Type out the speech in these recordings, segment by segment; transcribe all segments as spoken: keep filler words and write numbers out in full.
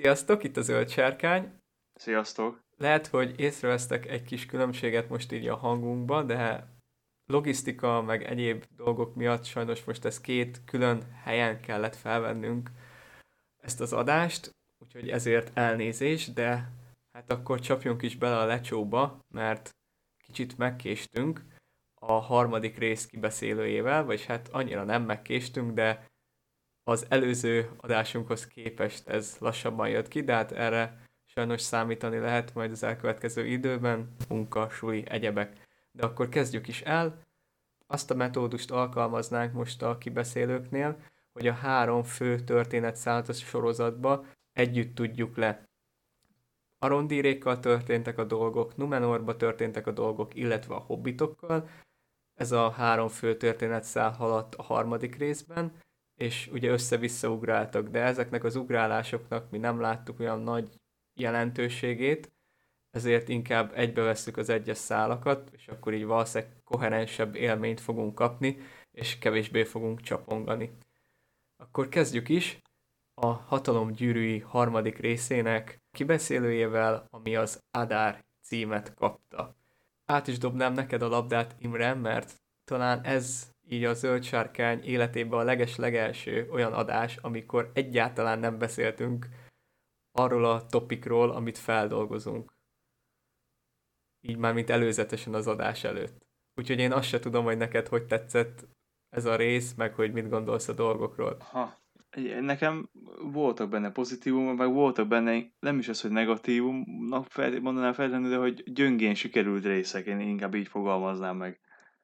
Sziasztok, itt a Zöld Sárkány. Sziasztok! Lehet, hogy észrevesztek egy kis különbséget most így a hangunkba, de logisztika meg egyéb dolgok miatt sajnos most ezt két külön helyen kellett felvennünk ezt az adást, úgyhogy ezért elnézés, de hát akkor csapjunk is bele a lecsóba, mert kicsit megkéstünk a harmadik rész kibeszélőjével, vagyis hát annyira nem megkéstünk, de az előző adásunkhoz képest ez lassabban jött ki, de hát erre sajnos számítani lehet majd az elkövetkező időben, munka, suli, egyebek. De akkor kezdjük is el. Azt a metódust alkalmaznánk most a kibeszélőknél, hogy a három fő történetszálat a sorozatba együtt tudjuk le. Arondírékkal történtek a dolgok, Numenorba történtek a dolgok, illetve a hobbitokkal. Ez a három fő történetszál haladt a harmadik részben, és ugye össze-vissza ugráltak, de ezeknek az ugrálásoknak mi nem láttuk olyan nagy jelentőségét, ezért inkább egybevesszük az egyes szálakat, és akkor így valószínűleg koherensebb élményt fogunk kapni, és kevésbé fogunk csapongani. Akkor kezdjük is a Hatalom gyűrűi harmadik részének kibeszélőjével, ami az Adár címet kapta. Át is dobnám neked a labdát, Imre, mert talán ez így a Zöld Sárkány életében a leges-legelső olyan adás, amikor egyáltalán nem beszéltünk arról a topikról, amit feldolgozunk. Így már, mint előzetesen az adás előtt. Úgyhogy én azt se tudom, hogy neked hogy tetszett ez a rész, meg hogy mit gondolsz a dolgokról. Ha, nekem voltak benne pozitívumok, meg voltak benne, nem is az, hogy negatívumnak fel, mondanám feltenni, de hogy gyöngén sikerült részek, én inkább így fogalmaznám meg.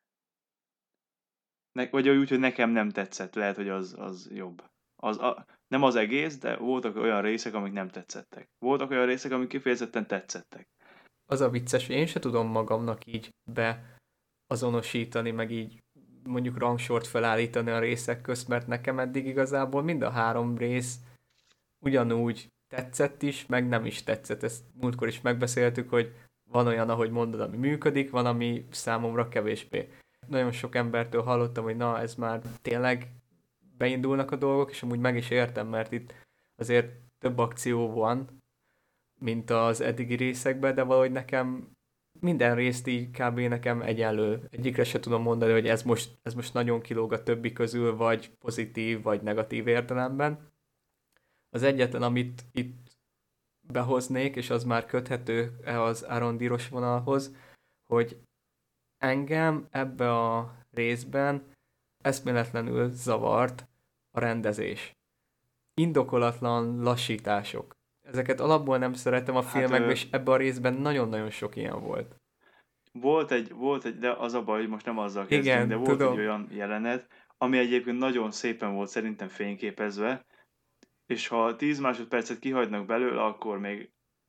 Ne, vagy úgy, hogy nekem nem tetszett, lehet, hogy az, az jobb. Az, a, nem az egész, de voltak olyan részek, amik nem tetszettek. Voltak olyan részek, amik kifejezetten tetszettek. Az a vicces, hogy én se tudom magamnak így beazonosítani, meg így mondjuk rangsort felállítani a részek közt, mert nekem eddig igazából mind a három rész ugyanúgy tetszett is, meg nem is tetszett. Ezt múltkor is megbeszéltük, hogy van olyan, ahogy mondod, ami működik, van, ami számomra kevésbé. Nagyon sok embertől hallottam, hogy na, ez már tényleg beindulnak a dolgok, és amúgy meg is értem, mert itt azért több akció van, mint az eddigi részekben, de valahogy nekem minden részt így kb. Nekem egyenlő. Egyikre se tudom mondani, hogy ez most, ez most nagyon kilóg a többi közül, vagy pozitív, vagy negatív értelemben. Az egyetlen, amit itt behoznék, és az már köthető az Arondíros vonalhoz, hogy engem ebbe a részben eszméletlenül zavart a rendezés. Indokolatlan lassítások. Ezeket alapból nem szeretem a Hát filmekben, ö, és ebben a részben nagyon-nagyon sok ilyen volt. volt egy, volt egy, de az a baj, hogy most nem azzal kezdünk, de Igen, volt egy tudom. olyan jelenet, ami egyébként nagyon szépen volt szerintem fényképezve, és ha tíz másodpercet kihagynak belőle, akkor még,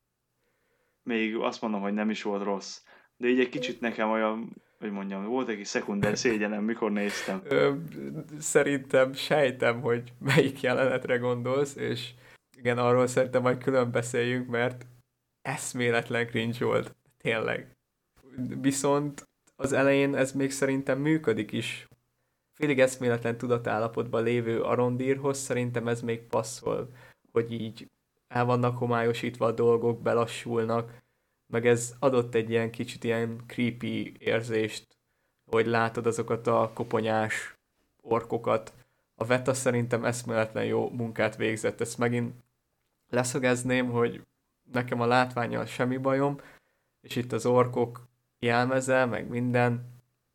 még azt mondom, hogy nem is volt rossz. De így egy kicsit nekem olyan, hogy mondjam, volt egy kis szekunder szégyenem, mikor néztem. Ö, Szerintem sejtem, hogy melyik jelenetre gondolsz, és igen, arról szerintem majd külön beszéljünk, mert eszméletlen cringe volt. Tényleg. Viszont az elején ez még szerintem működik is. Félig eszméletlen tudatállapotban lévő Arondírhoz szerintem ez még passzol, hogy így el vannak homályosítva a dolgok, belassulnak, meg ez adott egy ilyen kicsit ilyen creepy érzést, hogy látod azokat a koponyás orkokat. A Veta szerintem eszméletlen jó munkát végzett, ezt megint leszögezném, hogy nekem a látvánnyal semmi bajom, és itt az orkok jelmeze, meg minden,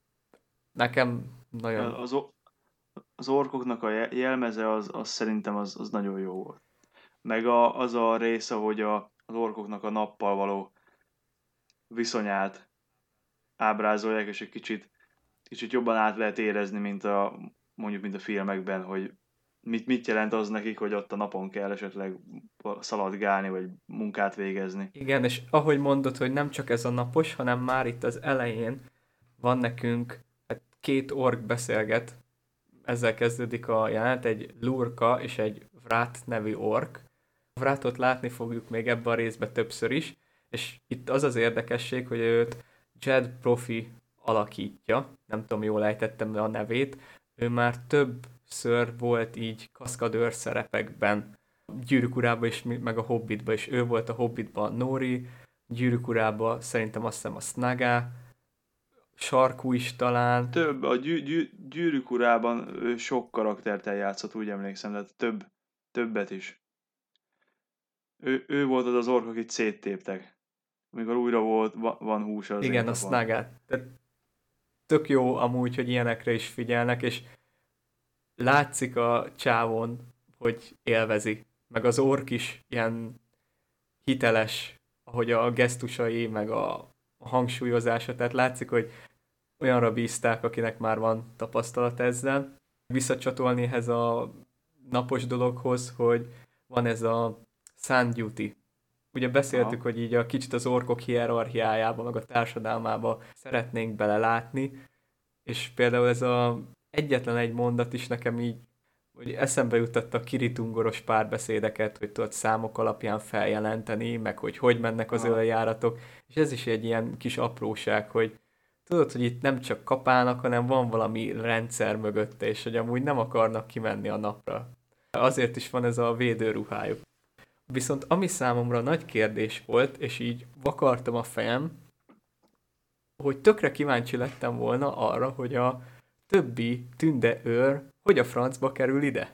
nekem nagyon... Az, o- az orkoknak a je- jelmeze az, az szerintem az, az nagyon jó volt. Meg a, az a rész, ahogy a, az orkoknak a nappal való viszonyát ábrázolják, és egy kicsit, kicsit jobban át lehet érezni, mint a, mondjuk, mint a filmekben, hogy mit, mit jelent az nekik, hogy ott a napon kell esetleg szaladgálni, vagy munkát végezni. Igen, és ahogy mondod, hogy nem csak ez a napos, hanem már itt az elején van nekünk, hát két ork beszélget, ezzel kezdődik a jelenet, egy Lurka és egy Vrát nevű ork. A Vrátot látni fogjuk még ebben a részben többször is, és itt az az érdekesség, hogy őt Jed Profi alakítja, nem tudom, jól ejtettem le a nevét, ő már többször volt így kaszkadőr szerepekben. Gyűrűk urában is, meg a Hobbitban is. Ő volt a Hobbitban Nori, Gyűrűk urában szerintem azt hiszem a Snaga, Sarkú is talán. Több, a gyű, gyű, Gyűrűk urában ő sok karaktert eljátszott, úgy emlékszem, de több, többet is. Ő, ő volt az az ork, akit széttéptek. Amikor újra volt, van húsa az Igen, a étlapon. Snagát. Tehát tök jó amúgy, hogy ilyenekre is figyelnek, és látszik a csávon, hogy élvezi. Meg az ork is ilyen hiteles, ahogy a gesztusai, meg a hangsúlyozása, tehát látszik, hogy olyanra bízták, akinek már van tapasztalat ezzel. Visszacsatolni ehhez a napos dologhoz, hogy van ez a sun duty. Ugye beszéltük, Aha. hogy így a kicsit az orkok hierarchiájába, meg a társadalmába szeretnénk belelátni, és például ez a egyetlen egy mondat is nekem így, hogy eszembe jutott a kiritungoros párbeszédeket, hogy tudod számok alapján feljelenteni, meg hogy hogy mennek az Aha. öljáratok, és ez is egy ilyen kis apróság, hogy tudod, hogy itt nem csak kapálnak, hanem van valami rendszer mögötte, és hogy amúgy nem akarnak kimenni a napra. Azért is van ez a védőruhájuk. Viszont ami számomra nagy kérdés volt, és így vakartam a fejem, hogy tökre kíváncsi lettem volna arra, hogy a többi tünde őr hogy a francba kerül ide.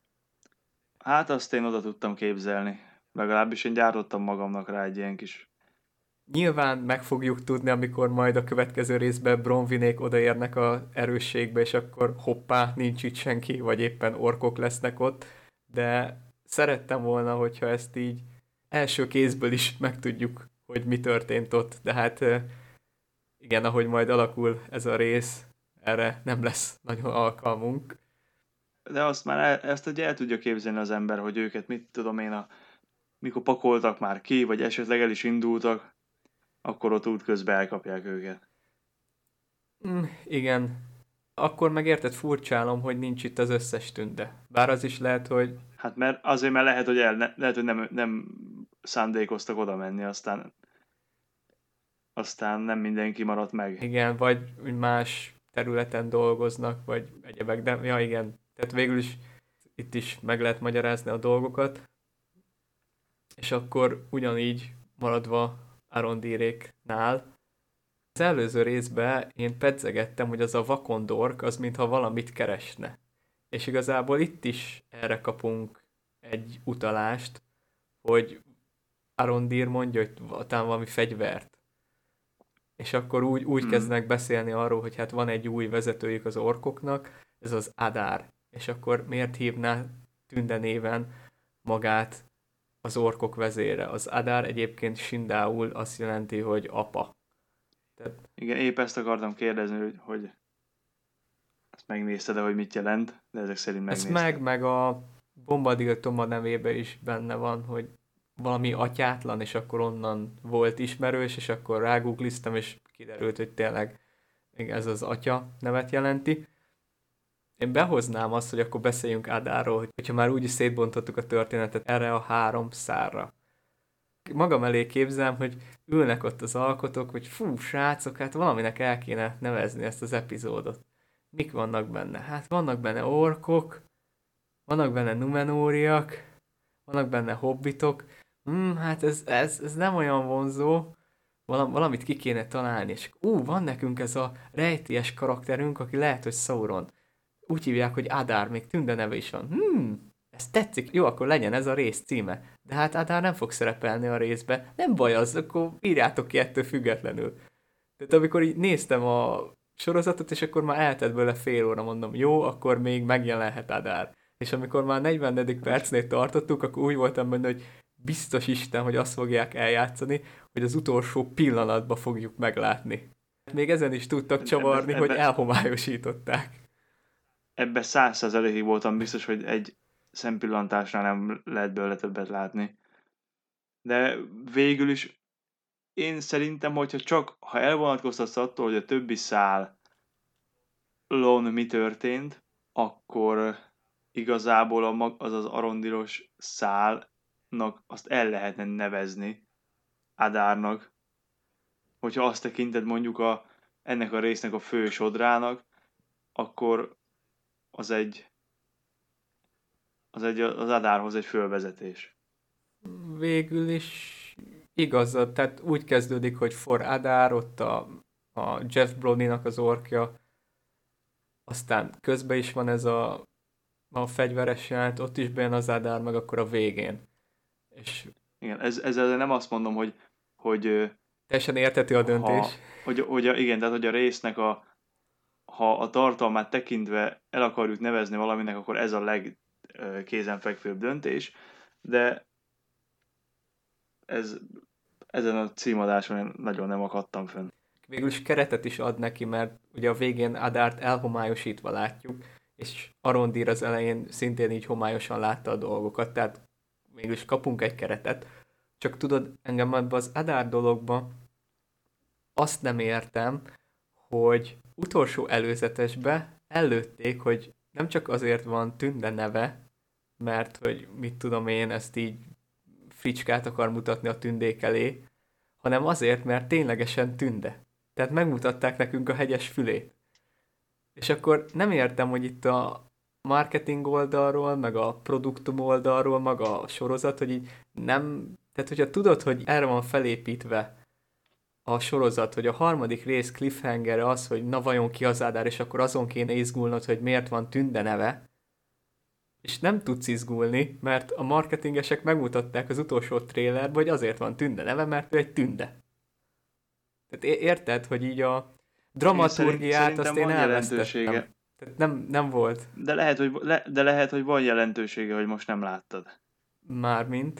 Hát azt én oda tudtam képzelni. Legalábbis én gyártottam magamnak rá egy ilyen kis... Nyilván meg fogjuk tudni, amikor majd a következő részben Bronwinék odaérnek az erősségbe, és akkor hoppá, nincs itt senki, vagy éppen orkok lesznek ott, de szerettem volna, hogyha ezt így első kézből is megtudjuk, hogy mi történt ott, de hát igen, ahogy majd alakul ez a rész, erre nem lesz nagyon alkalmunk. De azt már el, ezt ugye el tudja képzelni az ember, hogy őket, mit tudom én, a, mikor pakoltak már ki, vagy esetleg el is indultak, akkor ott útközben elkapják őket. Mm, igen, akkor megérted, furcsálom, hogy nincs itt az összes tünde. Bár az is lehet, hogy... Hát mert azért, mert lehet, hogy, el, ne, lehet, hogy nem, nem szándékoztak oda menni, aztán aztán nem mindenki maradt meg. Igen, vagy más területen dolgoznak, vagy egyebek, de ja igen. Tehát végül is itt is meg lehet magyarázni a dolgokat. És akkor ugyanígy maradva Arondiréknál, az előző részben én pedzegettem, hogy az a vakondork az mintha valamit keresne. És igazából itt is erre kapunk egy utalást, hogy Arondir mondja, hogy talán valami fegyvert. És akkor úgy, úgy Hmm. kezdenek beszélni arról, hogy hát van egy új vezetőjük az orkoknak, ez az Adár. És akkor miért hívná Tünde néven magát az orkok vezére? Az Adár egyébként Sindául azt jelenti, hogy apa. Tehát Igen, épp ezt akartam kérdezni, hogy, hogy ezt megnézted, de hogy mit jelent, de ezek szerint ez megnézted. meg, meg a Bombadil Toma nevében is benne van, hogy valami atyátlan, és akkor onnan volt ismerős, és akkor rágoogliztam, és kiderült, hogy tényleg ez az atya nevet jelenti. Én behoznám azt, hogy akkor beszéljünk Adárról, hogy, hogyha már úgy is szétbontottuk a történetet erre a három szárra. Magam elé képzelem, hogy ülnek ott az alkotók, hogy fú, srácok, hát valaminek el kéne nevezni ezt az epizódot. Mik vannak benne? Hát vannak benne orkok, vannak benne numenóriak, vannak benne hobbitok. Hmm, hát ez, ez, ez nem olyan vonzó, Val- valamit ki kéne találni, és ú, van nekünk ez a rejtélyes karakterünk, aki lehet, hogy Sauron. Úgy hívják, hogy Adár, még Tünde neve is van. Hmm, ez tetszik, jó, akkor legyen ez a rész címe. De hát Adár nem fog szerepelni a részbe. Nem baj az, akkor írjátok ki ettől függetlenül. Tehát amikor így néztem a sorozatot, és akkor már eltett bőle fél óra, mondom, jó, akkor még megjelenhet Adár. És amikor már negyvenedik percnél tartottuk, akkor úgy voltam benne, hogy biztos Isten, hogy azt fogják eljátszani, hogy az utolsó pillanatban fogjuk meglátni. Még ezen is tudtak csavarni, ebbe, hogy ebbe, elhomályosították. ebbe száz százalékig voltam biztos, hogy egy szempillantásnál nem lehet belőle többet látni. De végül is én szerintem, hogyha csak, ha elvonatkoztatsz attól, hogy a többi szálon mi történt, akkor igazából a, mag- az az arondiros szálnak azt el lehetne nevezni Adárnak, hogyha azt tekinted mondjuk a, ennek a résznek a fő sodrának, akkor az egy az, egy, az Adárhoz egy fölvezetés. Végül is igazad, tehát úgy kezdődik, hogy For Adár, ott a, a Jeff Brody-nak az orkja, aztán közben is van ez a, a fegyveres jelent, ott is bejön az Adár, meg akkor a végén. És Igen, ez, ezzel nem azt mondom, hogy, hogy teljesen érthető a döntés. ha, hogy, hogy a, igen, tehát hogy a résznek a, ha a tartalmát tekintve el akarjuk nevezni valaminek, akkor ez a legkézenfekvőbb döntés, de ez, ezen a címadáson én nagyon nem akadtam fönn. Végül is keretet is ad neki, mert ugye a végén Adárt elhomályosítva látjuk, és Arondir az elején szintén így homályosan látta a dolgokat, tehát végül is kapunk egy keretet. Csak tudod, engem abban az Adár dologban azt nem értem, hogy utolsó előzetesbe előtték, hogy nem csak azért van Tünde neve, mert hogy mit tudom én, ezt így fricskát akar mutatni a tündék elé, hanem azért, mert ténylegesen Tünde. Tehát megmutatták nekünk a hegyes fülét. És akkor nem értem, hogy itt a marketing oldalról, meg a produktum oldalról, maga a sorozat, hogy így nem... Tehát, hogyha tudod, hogy erre van felépítve a sorozat, hogy a harmadik rész cliffhanger az, hogy na vajon ki az Adár, és akkor azon kéne izgulnod, hogy miért van Tünde neve, és nem tudsz izgulni, mert a marketingesek megmutatták az utolsó trailerben, hogy azért van Tünde neve, mert ő egy tünde. Tehát érted, hogy így a dramaturgiát azt én elvesztettem. Tehát nem, nem volt. De lehet, hogy, le, de lehet, hogy van jelentősége, hogy most nem láttad. Mármint?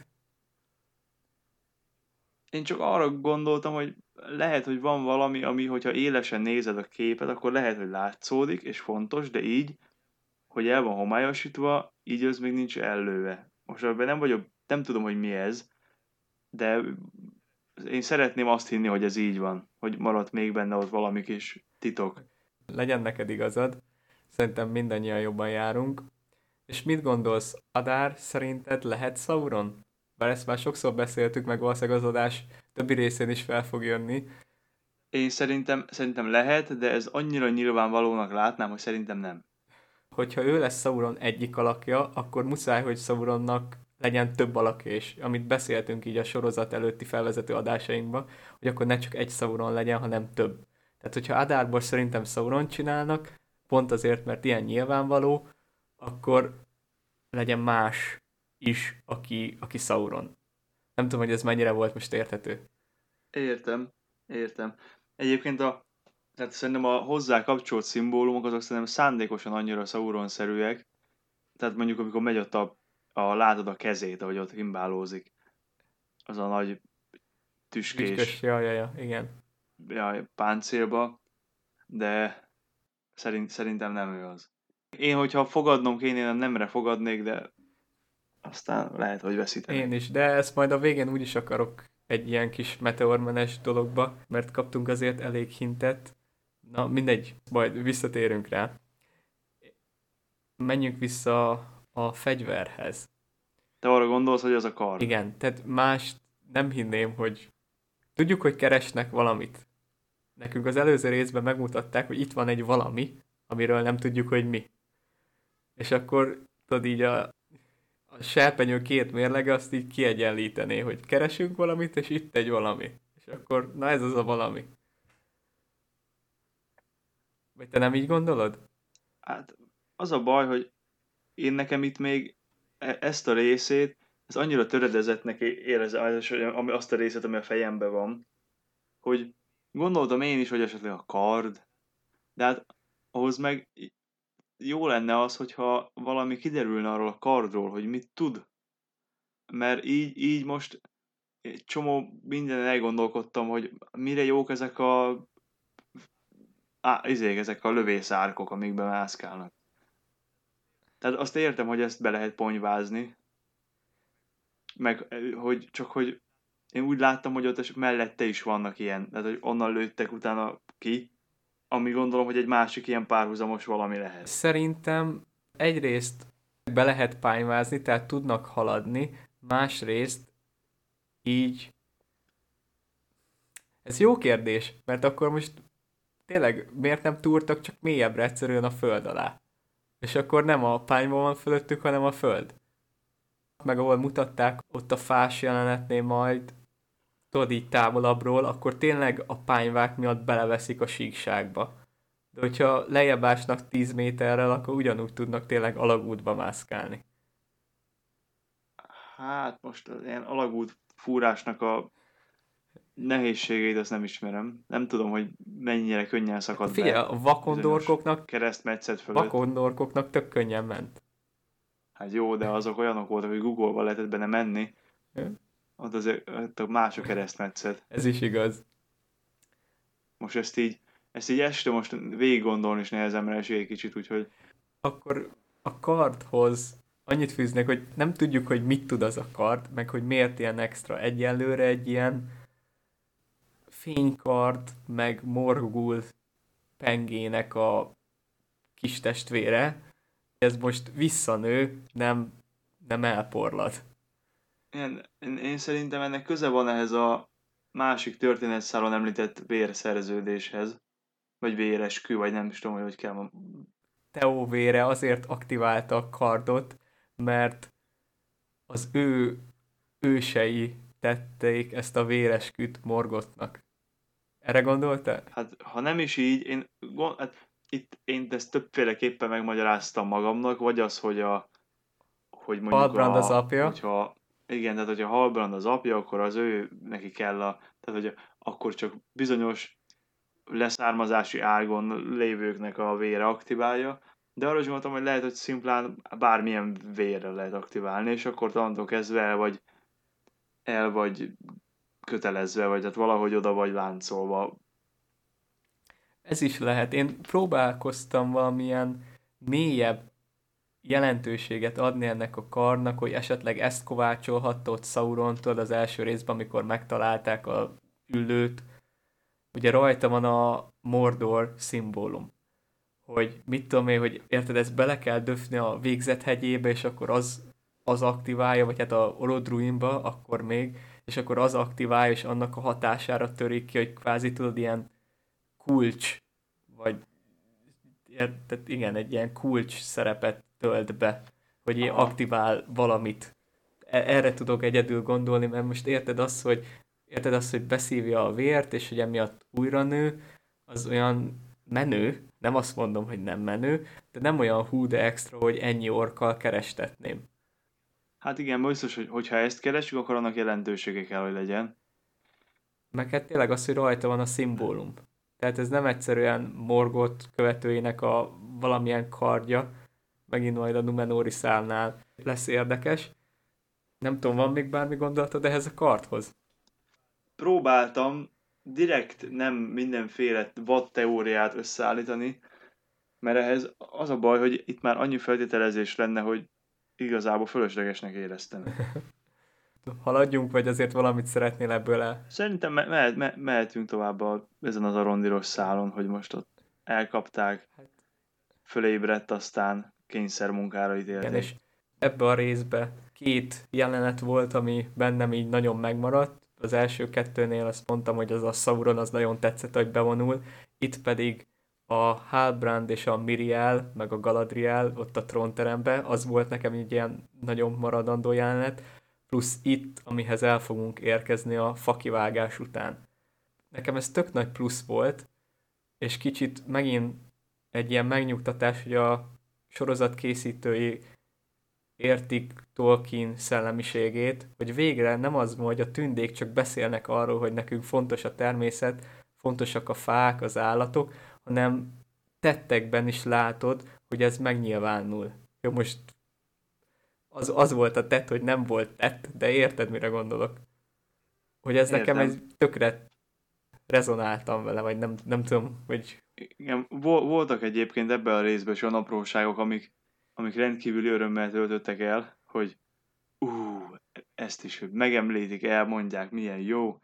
Én csak arra gondoltam, hogy lehet, hogy van valami, ami, hogyha élesen nézed a képet, akkor lehet, hogy látszódik, és fontos, de így, hogy el van homályosítva, így az még nincs ellőve. Most ebben nem vagyok, nem tudom, hogy mi ez, de én szeretném azt hinni, hogy ez így van, hogy maradt még benne ott valami kis titok. Legyen neked igazad, szerintem mindannyian jobban járunk. És mit gondolsz, Adár szerinted lehet Sauron? Bár ezt már sokszor beszéltük, meg valószínűleg az adás többi részén is fel fog jönni. Én szerintem, szerintem lehet, de ez annyira nyilvánvalónak látnám, hogy szerintem nem. Hogyha ő lesz Sauron egyik alakja, akkor muszáj, hogy Sauronnak legyen több alakja is, amit beszéltünk így a sorozat előtti felvezető adásainkban, hogy akkor ne csak egy Sauron legyen, hanem több. Tehát, hogyha Adárból szerintem Sauron csinálnak, pont azért, mert ilyen nyilvánvaló, akkor legyen más is, aki, aki Sauron. Nem tudom, hogy ez mennyire volt most érthető. Értem, értem. Egyébként a, tehát szerintem a hozzá kapcsolt szimbólumok azok szerintem szándékosan annyira Sauron-szerűek, tehát mondjuk amikor megy ott a, a látod a kezét, ahogy ott himbálózik, az a nagy tüskés, Tüskös, ja, ja, ja, igen. Ja, páncélba, de szerint, szerintem nem ő az. Én, hogyha fogadnom kéne, én nemre fogadnék, de aztán lehet, hogy veszítenek. Én is, de ezt majd a végén úgy is akarok egy ilyen kis meteormenes dologba, mert kaptunk azért elég hintet. Na, mindegy, majd visszatérünk rá. Menjünk vissza a fegyverhez. Te arra gondolsz, hogy az a kard? Igen, tehát más nem hinném, hogy tudjuk, hogy keresnek valamit. Nekünk az előző részben megmutatták, hogy itt van egy valami, amiről nem tudjuk, hogy mi. És akkor tudod így a, a serpenyő két mérlege azt így kiegyenlítené, hogy keresünk valamit, és itt egy valami. És akkor, na ez az a valami. Vagy te nem így gondolod? Hát az a baj, hogy én nekem itt még e- ezt a részét, ez annyira töredezettnek érezem, ami azt a részét, ami a fejemben van, hogy gondoltam én is, hogy esetleg a kard, de hát ahhoz meg jó lenne az, hogyha valami kiderülne arról a kardról, hogy mit tud. Mert így, így most egy csomó minden elgondolkodtam, hogy mire jók ezek a á, izék, ezek a lövészárkok, amikben mászkálnak. Tehát azt értem, hogy ezt be lehet ponyvázni, meg hogy csak hogy én úgy láttam, hogy ott mellette is vannak ilyen, tehát hogy onnan lőttek utána ki, ami gondolom, hogy egy másik ilyen párhuzamos valami lehet. Szerintem egyrészt be lehet pányvázni, tehát tudnak haladni, másrészt így... Ez jó kérdés, mert akkor most tényleg miért nem túrtak csak mélyebbre egyszerűen a föld alá? És akkor nem a pányban van fölöttük, hanem a föld. meg ahol mutatták ott a fás jelenetnél majd, tudod így távolabbról, akkor tényleg a pányvák miatt beleveszik a síkságba. De hogyha lejjebb ásnak tíz méterrel, akkor ugyanúgy tudnak tényleg alagútba mászkálni. Hát most az ilyen alagút fúrásnak a nehézségeit azt nem ismerem. Nem tudom, hogy mennyire könnyen szakad Figyelj, be a vakondorkoknak, keresztmetszet fölött. vakondorkoknak tök könnyen ment. Hát jó, de azok olyanok voltak, hogy Google-ba lehetett benne menni. Hm? Ott azért ott más a keresztmetszet. Ez is igaz. Most ezt így, ezt így este most végig gondolni is nehezemre esik egy kicsit, úgyhogy... Akkor a kardhoz annyit fűznek, hogy nem tudjuk, hogy mit tud az a kard, meg hogy miért ilyen extra. Egyelőre egy ilyen fénykard, meg morgul pengének a kis testvére. Ez most visszanő, nem, nem elporlad. Én, én, én szerintem ennek köze van ehhez a másik történetszálon említett vérszerződéshez. Vagy véreskü, vagy nem is tudom, hogy hogy kell ma... Theo vére azért aktiválta a kardot, mert az ő ősei tették ezt a véresküt Morgothnak. Erre gondoltál? Hát, ha nem is így, én, gond, hát, itt én ezt többféleképpen megmagyaráztam magamnak, vagy az, hogy a hogy mondjuk Halbrand a, az apja. hogyha, igen, tehát hogyha Halbrand az apja, akkor az ő, neki kell a, tehát hogy akkor csak bizonyos leszármazási ágon lévőknek a vére aktiválja, de arra is mondtam, hogy lehet, hogy szimplán bármilyen vérre lehet aktiválni, és akkor tantól kezdve el vagy, el vagy kötelezve, vagy hát valahogy oda vagy láncolva. Ez is lehet. Én próbálkoztam valamilyen mélyebb jelentőséget adni ennek a karnak, hogy esetleg ezt kovácsolhatta ott Saurontól az első részben, amikor megtalálták a üllőt. Ugye rajta van a Mordor szimbólum. Hogy mit tudom én, hogy érted, ezt bele kell döfni a végzet hegyébe, és akkor az, az aktiválja, vagy hát a Orodruinba, akkor még, és akkor az aktiválja, és annak a hatására törik ki, hogy kvázi tudod, ilyen kulcs, vagy tehát igen, egy ilyen kulcs szerepet tölt be, hogy én aktivál valamit. Erre tudok egyedül gondolni, mert most érted azt, hogy érted azt, hogy beszívja a vért, és hogy emiatt újra nő, az olyan menő, nem azt mondom, hogy nem menő, de nem olyan hú de extra, hogy ennyi orkkal kerestetném. Hát igen, biztos, hogy hogyha ezt keresünk, akkor annak jelentősége kell, hogy legyen. Meg hát tényleg az, hogy rajta van a szimbólum. Tehát ez nem egyszerűen Morgoth követőinek a valamilyen kardja, megint majd a Numenóri szálnál lesz érdekes. Nem tudom, van még bármi gondolatod ehhez a kardhoz? Próbáltam direkt nem mindenféle vad teóriát összeállítani, mert ehhez az a baj, hogy itt már annyi feltételezés lenne, hogy igazából fölöslegesnek éreztem. Haladjunk, vagy azért valamit szeretnél ebből el? Szerintem me- me- me- mehetünk tovább a, ezen az arondiros szálon, hogy most ott elkapták, fölébredt, aztán kényszermunkára ítélték. Igen, és ebbe a részbe két jelenet volt, ami bennem így nagyon megmaradt. Az első kettőnél azt mondtam, hogy az a Sauron az nagyon tetszett, hogy bevonul. Itt pedig a Halbrand és a Miriel, meg a Galadriel ott a trónteremben, az volt nekem így ilyen nagyon maradandó jelenet. Plusz itt, amihez el fogunk érkezni a fakivágás után. Nekem ez tök nagy plusz volt, és kicsit megint egy ilyen megnyugtatás, hogy a sorozat készítői értik Tolkien szellemiségét, hogy végre nem az, hogy a tündék csak beszélnek arról, hogy nekünk fontos a természet, fontosak a fák, az állatok, hanem tettekben is látod, hogy ez megnyilvánul. Jó, most az, az volt a tett, hogy nem volt tett, de érted, mire gondolok? Hogy ez Értem. nekem egy tökre rezonáltam vele, vagy nem, nem tudom, hogy... Igen, vo- voltak egyébként ebben a részben is olyan apróságok, amik, amik rendkívüli örömmel töltöttek el, hogy ú, ezt is hogy megemlítik, elmondják, milyen jó.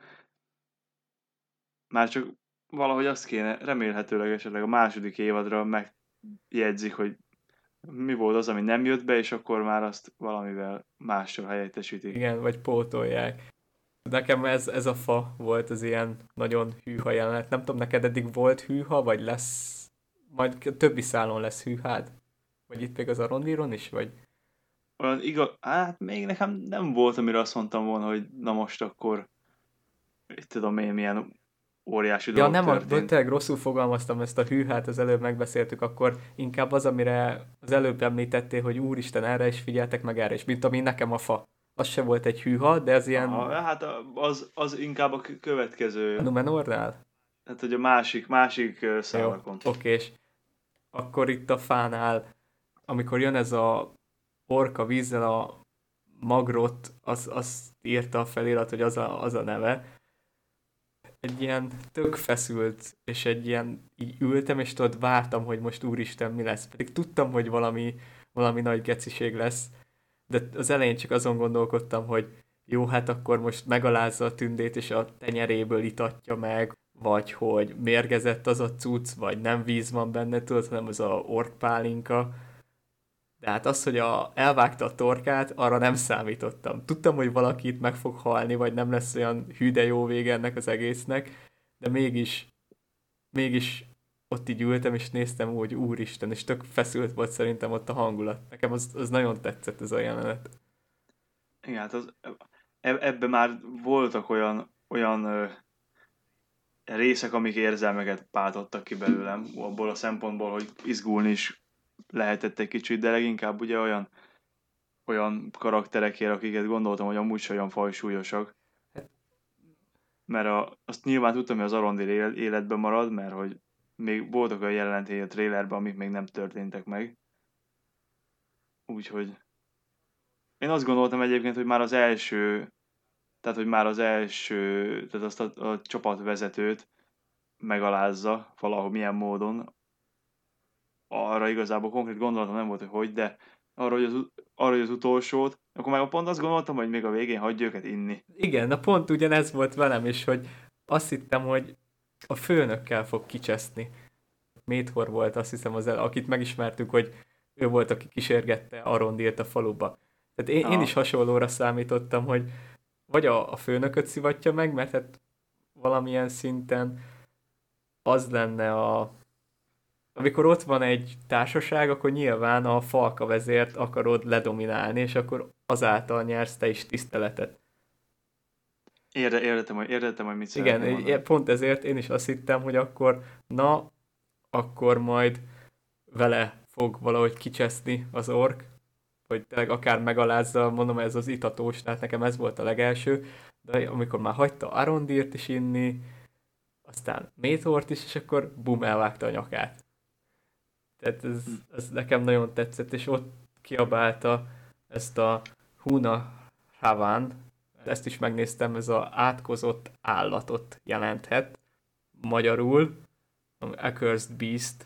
Már csak valahogy azt kéne, remélhetőleg esetleg a második évadra megjegyzik, hogy mi volt az, ami nem jött be, és akkor már azt valamivel mással helyettesítik. Igen, vagy pótolják. Nekem ez, ez a fa volt az ilyen nagyon hűha jelenet. Nem tudom, neked eddig volt hűha, vagy lesz... Majd a többi szálon lesz hűhád? Vagy itt még az Arondiron is, vagy... olyan igaz, hát még nekem nem volt, amire azt mondtam volna, hogy na most akkor, itt tudom én, milyen óriási Ja, dolog nem, a, történt. tényleg rosszul fogalmaztam ezt a hűhát, az előbb megbeszéltük, akkor inkább az, amire az előbb említettél, hogy úristen, erre is figyeltek, meg erre is, mint ami nekem a fa. Az se volt egy hűha, de ez Aha, ilyen hát az, az inkább a k- következő, Numenornál? hát hogy a másik, másik ö, Jó, szálakon. oké, és akkor itt a fánál, amikor jön ez a orka vízzel a magrot, az, az írta a felirat, hogy az a, az a neve. Egy ilyen tök feszült, és egy ilyen, így ültem, és tudod, vártam, hogy most úristen, mi lesz. Pedig tudtam, hogy valami, valami nagy geciség lesz. De az elején csak azon gondolkodtam, hogy jó, hát akkor most megalázza a tündét, és a tenyeréből itatja meg, vagy hogy mérgezett az a cucc, vagy nem víz van benne, tudod, hanem az a orkpálinka. De hát az, hogy a, elvágta a torkát, arra nem számítottam. Tudtam, hogy valaki itt meg fog halni, vagy nem lesz olyan hű de jó vége ennek az egésznek, de mégis, mégis ott így ültem, és néztem úgy, úristen, és tök feszült volt szerintem ott a hangulat. Nekem az, az nagyon tetszett ez a jelenet. Igen, hát az, eb- ebben már voltak olyan, olyan ö, részek, amik érzelmeket váltottak ki belőlem, abból a szempontból, hogy izgulni is lehetett egy kicsit, de leginkább ugye olyan, olyan karakterekért, akiket gondoltam, hogy amúgy sem olyan fajsúlyosak. Mert a, azt nyilván tudtam, hogy az Arondir él- életben marad, mert hogy még voltak olyan jelenetek a trailerben, amik még nem történtek meg. Úgyhogy én azt gondoltam egyébként, hogy már az első, tehát hogy már az első, tehát azt a, a csapatvezetőt megalázza valahogy milyen módon. Arra igazából konkrét gondolatom nem volt, hogy hogy, de arra, hogy az, ut- arra, hogy az utolsót, akkor már pont azt gondoltam, hogy még a végén hagyja őket inni. Igen, na pont ugyanez volt velem is, hogy azt hittem, hogy a főnökkel fog kicseszni. Méthor volt, azt hiszem, az el, akit megismertük, hogy ő volt, aki kísérgette Arondirt a faluba. Tehát én, én is Aha. hasonlóra számítottam, hogy vagy a, a főnököt szivatja meg, mert hát valamilyen szinten az lenne a... Amikor ott van egy társaság, akkor nyilván a falka vezért akarod ledominálni, és akkor azáltal nyersz te is tiszteletet. Érde, érdetem, hogy, érdetem, hogy mit Igen, szeretném mondani. egy- pont ezért én is azt hittem, hogy akkor na, akkor majd vele fog valahogy kicseszni az ork, hogy tényleg akár megalázza, mondom, ez az itatós, tehát nekem ez volt a legelső, de amikor már hagyta Arondirt is inni, aztán Méthort is, és akkor bum, elvágta a nyakát. Tehát ez, Hm. ez nekem nagyon tetszett, és ott kiabálta ezt a Huna Havan, ezt is megnéztem, ez a átkozott állatot jelenthet, magyarul, Accursed Beast,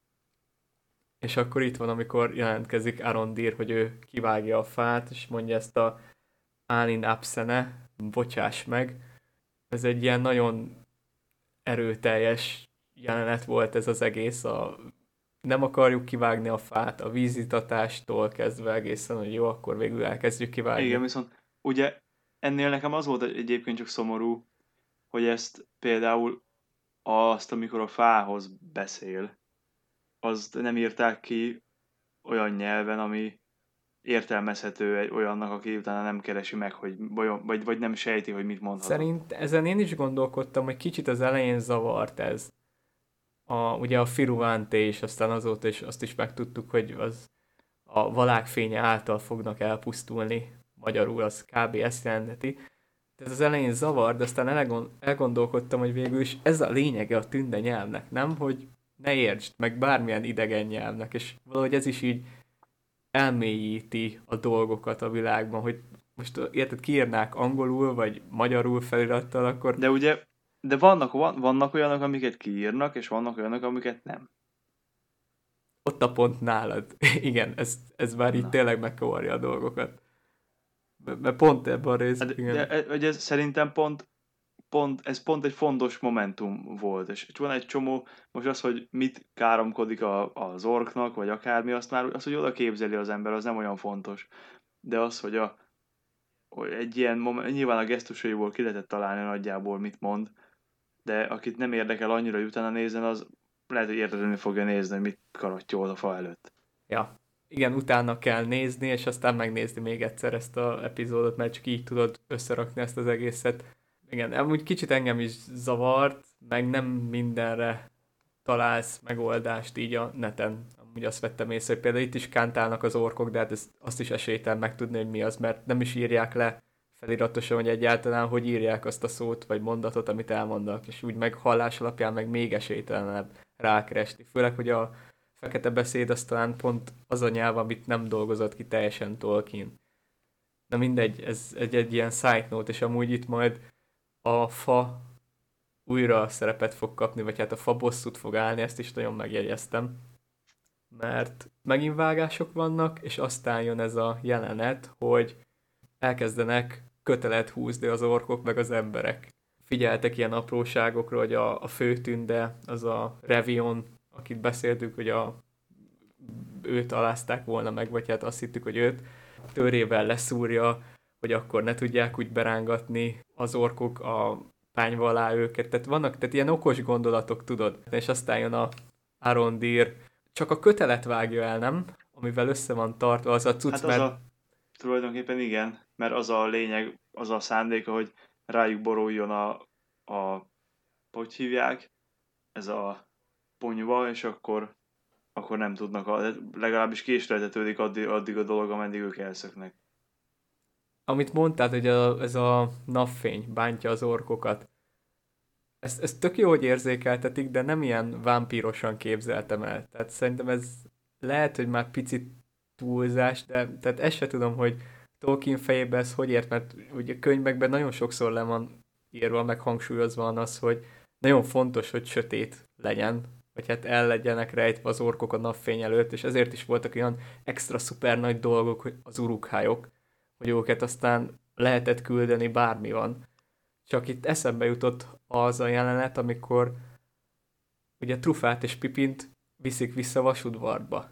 és akkor itt van, amikor jelentkezik Arondir, hogy ő kivágja a fát, és mondja ezt a Alin Absene, bocsáss meg. Ez egy ilyen nagyon erőteljes jelenet volt ez az egész, a nem akarjuk kivágni a fát, a vízitatástól kezdve egészen, hogy jó, akkor végül elkezdjük Igen, kivágni. viszont ugye ennél nekem az volt egyébként csak szomorú, hogy ezt például azt, amikor a fához beszél, azt nem írták ki olyan nyelven, ami értelmezhető egy olyannak, aki utána nem keresi meg, hogy vajon- vagy, vagy nem sejti, hogy mit mondhatott. Szerint ezen én is gondolkodtam, hogy kicsit az elején zavart ez. A, ugye a Firuvante is, aztán azóta is azt is megtudtuk, hogy az a valágfénye által fognak elpusztulni. Magyarul az kb. Ezt jelenti. Tehát az elején zavar, de aztán elgond, elgondolkodtam, hogy végül is ez a lényege a tünde nyelvnek, nem? Hogy ne értsd meg bármilyen idegen nyelvnek, és valahogy ez is így elmélyíti a dolgokat a világban, hogy most érted, kiírnák angolul, vagy magyarul felirattal, akkor De ugye, de vannak, van, vannak olyanok, amiket kiírnak, és vannak olyanok, amiket nem. ott a pont nálad. Igen, ez, ez már így Na. tényleg megkavarja a dolgokat. Mert mert pont ebben a részben, De, igen. de, de ez szerintem pont, pont, ez pont egy fontos momentum volt, és van egy csomó, most az, hogy mit káromkodik a, az orknak, vagy akármi, azt már, az, hogy oda képzeli az ember, az nem olyan fontos. De az, hogy, a, hogy egy ilyen moment, nyilván a gesztusaiból ki lehetett találni nagyjából, mit mond, de akit nem érdekel annyira, hogy utána nézzen, az lehet, hogy értetlenül fogja nézni, hogy mit karattyol a fa előtt. Ja. igen, utána kell nézni, és aztán megnézni még egyszer ezt az epizódot, mert csak így tudod összerakni ezt az egészet. Igen, amúgy kicsit engem is zavart, meg nem mindenre találsz megoldást így a neten. Amúgy azt vettem észre, hogy például itt is kántálnak az orkok, de hát ezt, azt is esélytelen megtudni, hogy mi az, mert nem is írják le feliratosan, hogy egyáltalán hogy írják azt a szót vagy mondatot, amit elmondanak, és úgy meg hallás alapján meg még esélytelenebb rákeresni. Főleg, hogy a fekete beszéd az talán pont az a nyelv, amit nem dolgozott ki teljesen Tolkien. Na mindegy, ez egy, egy ilyen side note, és amúgy itt majd a fa újra szerepet fog kapni, vagy hát a fa bosszút fog állni, ezt is nagyon megjegyeztem. Mert megint vágások vannak, és aztán jön ez a jelenet, hogy elkezdenek kötelet húzni az orkok meg az emberek. Figyeltek ilyen apróságokra, hogy a, a főtünde, az a Revion, akit beszéltük, hogy a, őt alázták volna meg, vagy hát azt hittük, hogy őt törével leszúrja, hogy akkor ne tudják úgy berángatni az orkok a pányva alá őket. Tehát vannak tehát ilyen okos gondolatok, tudod. És aztán jön a Arondir, csak a kötelet vágja el, nem? Amivel össze van tartva az a cucc, Hát az mert... a, tulajdonképpen igen, mert az a lényeg, az a szándéka, hogy rájuk boruljon a, a hogy hívják, ez a ponyva, és akkor, akkor nem tudnak, a, legalábbis késleltetődik addig, addig a dolog, ameddig ők elszöknek. Amit mondtad, hogy a, ez a napfény bántja az orkokat. Ezt, ezt tök jó, hogy érzékeltetik, de nem ilyen vámpírosan képzeltem el. Tehát szerintem ez lehet, hogy már picit túlzás, de tehát ezt se tudom, hogy Tolkien fejében ez hogy ért, mert ugye a könyvekben nagyon sokszor le van írva, meg hangsúlyozva van az, hogy nagyon fontos, hogy sötét legyen, vagy hát el legyenek rejtve az orkok a napfény előtt, és ezért is voltak olyan extra szuper nagy dolgok, hogy az urukhályok, hogy őket aztán lehetett küldeni, bármi van. Csak itt eszembe jutott az a jelenet, amikor ugye Trufát és Pipint viszik vissza Vasudvartba.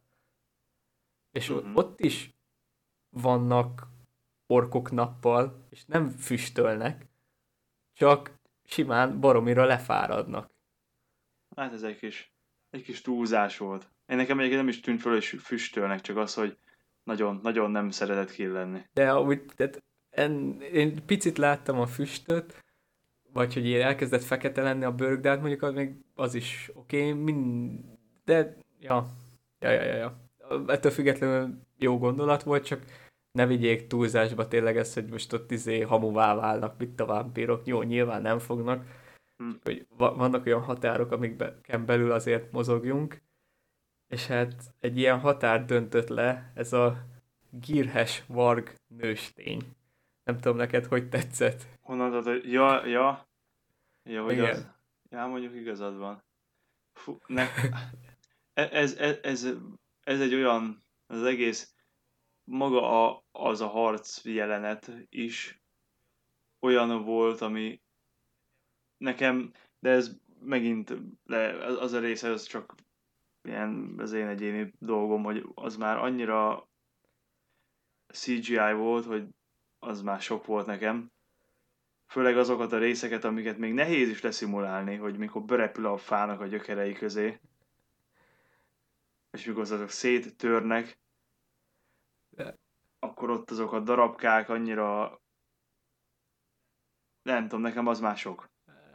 És Uh-huh. ott is vannak orkok nappal, és nem füstölnek, csak simán baromira lefáradnak. Hát ez egy kis, egy kis túlzás volt. Én nekem egyébként nem is tűnt föl, hogy füstölnek, csak az, hogy nagyon, nagyon nem szeretett ki lenni. De úgy, tehát en, én picit láttam a füstöt, vagy hogy ilyen elkezdett fekete lenni a bőrük, de hát mondjuk az még az is oké, okay, mind... de ja, ja, ja, ja, ja. Ettől függetlenül jó gondolat volt, csak ne vigyék túlzásba tényleg ezt, hogy most ott izé hamuvá válnak, mint a vámpírok. Jó, nyilván nem fognak, Hm. csak hogy vannak olyan határok, amikben belül azért mozogjunk, és hát egy ilyen határ döntött le ez a Girhes Varg nőstény. Nem tudom neked, hogy tetszett. Honnan tudod, hogy ja, ja, ja, hogy Igen. az, ja, mondjuk igazad van. Fú, ne, ez, ez, ez, ez egy olyan, az egész, maga a, az a harc jelenet is olyan volt, ami nekem, de ez megint, de az a része, az csak ilyen, az én egyéni dolgom, hogy az már annyira cé gé í volt, hogy az már sok volt nekem. Főleg azokat a részeket, amiket még nehéz is leszimulálni, hogy mikor berepül a fának a gyökerei közé, és mikor azok széttörnek, De, akkor ott azok a darabkák annyira, nem tudom, nekem az már sok.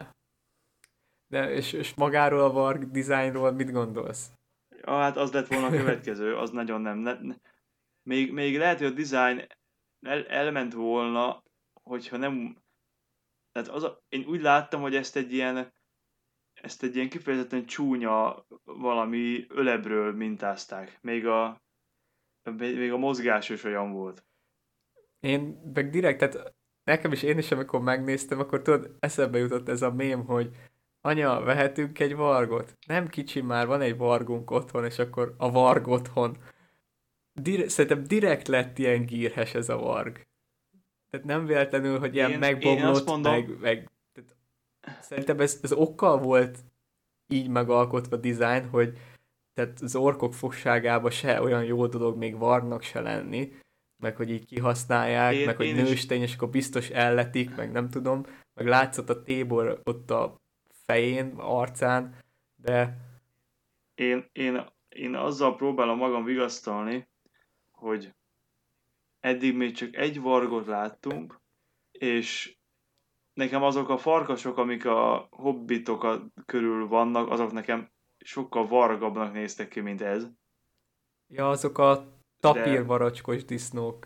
de és, és magáról a Varg dizájnról mit gondolsz? Ja, hát az lett volna a következő, az nagyon nem. Ne, ne. Még, még lehet, hogy a design el, elment volna, hogyha nem... Tehát az a, én úgy láttam, hogy ezt egy ilyen ezt egy ilyen kifejezetten csúnya valami ölebről mintázták. Még a, még a mozgásos olyan volt. Én meg direkt, tehát nekem is, én is, amikor megnéztem, akkor tudod, eszembe jutott ez a mém, hogy anya, vehetünk egy vargot? Nem kicsi már, van egy vargunk otthon, és akkor a varg otthon. Dire- szerintem direkt lett ilyen gírhes ez a varg. Tehát nem véletlenül, hogy ilyen Én, én azt megbomlott, mondom, meg, meg tehát szerintem ez, ez okkal volt így megalkotva dizájn, hogy tehát az orkok fogságában se olyan jó dolog még vargnak se lenni, meg hogy így kihasználják, én, meg hogy én is, nőstény, és akkor biztos elletik, meg nem tudom, meg látszott a tébor ott a fején, arcán, de én, én, én azzal próbálom magam vigasztalni, hogy eddig még csak egy vargot láttunk, és nekem azok a farkasok, amik a hobbitok körül vannak, azok nekem sokkal vargabbnak néztek ki, mint ez. Ja, azok a De tapírvaracskos disznók.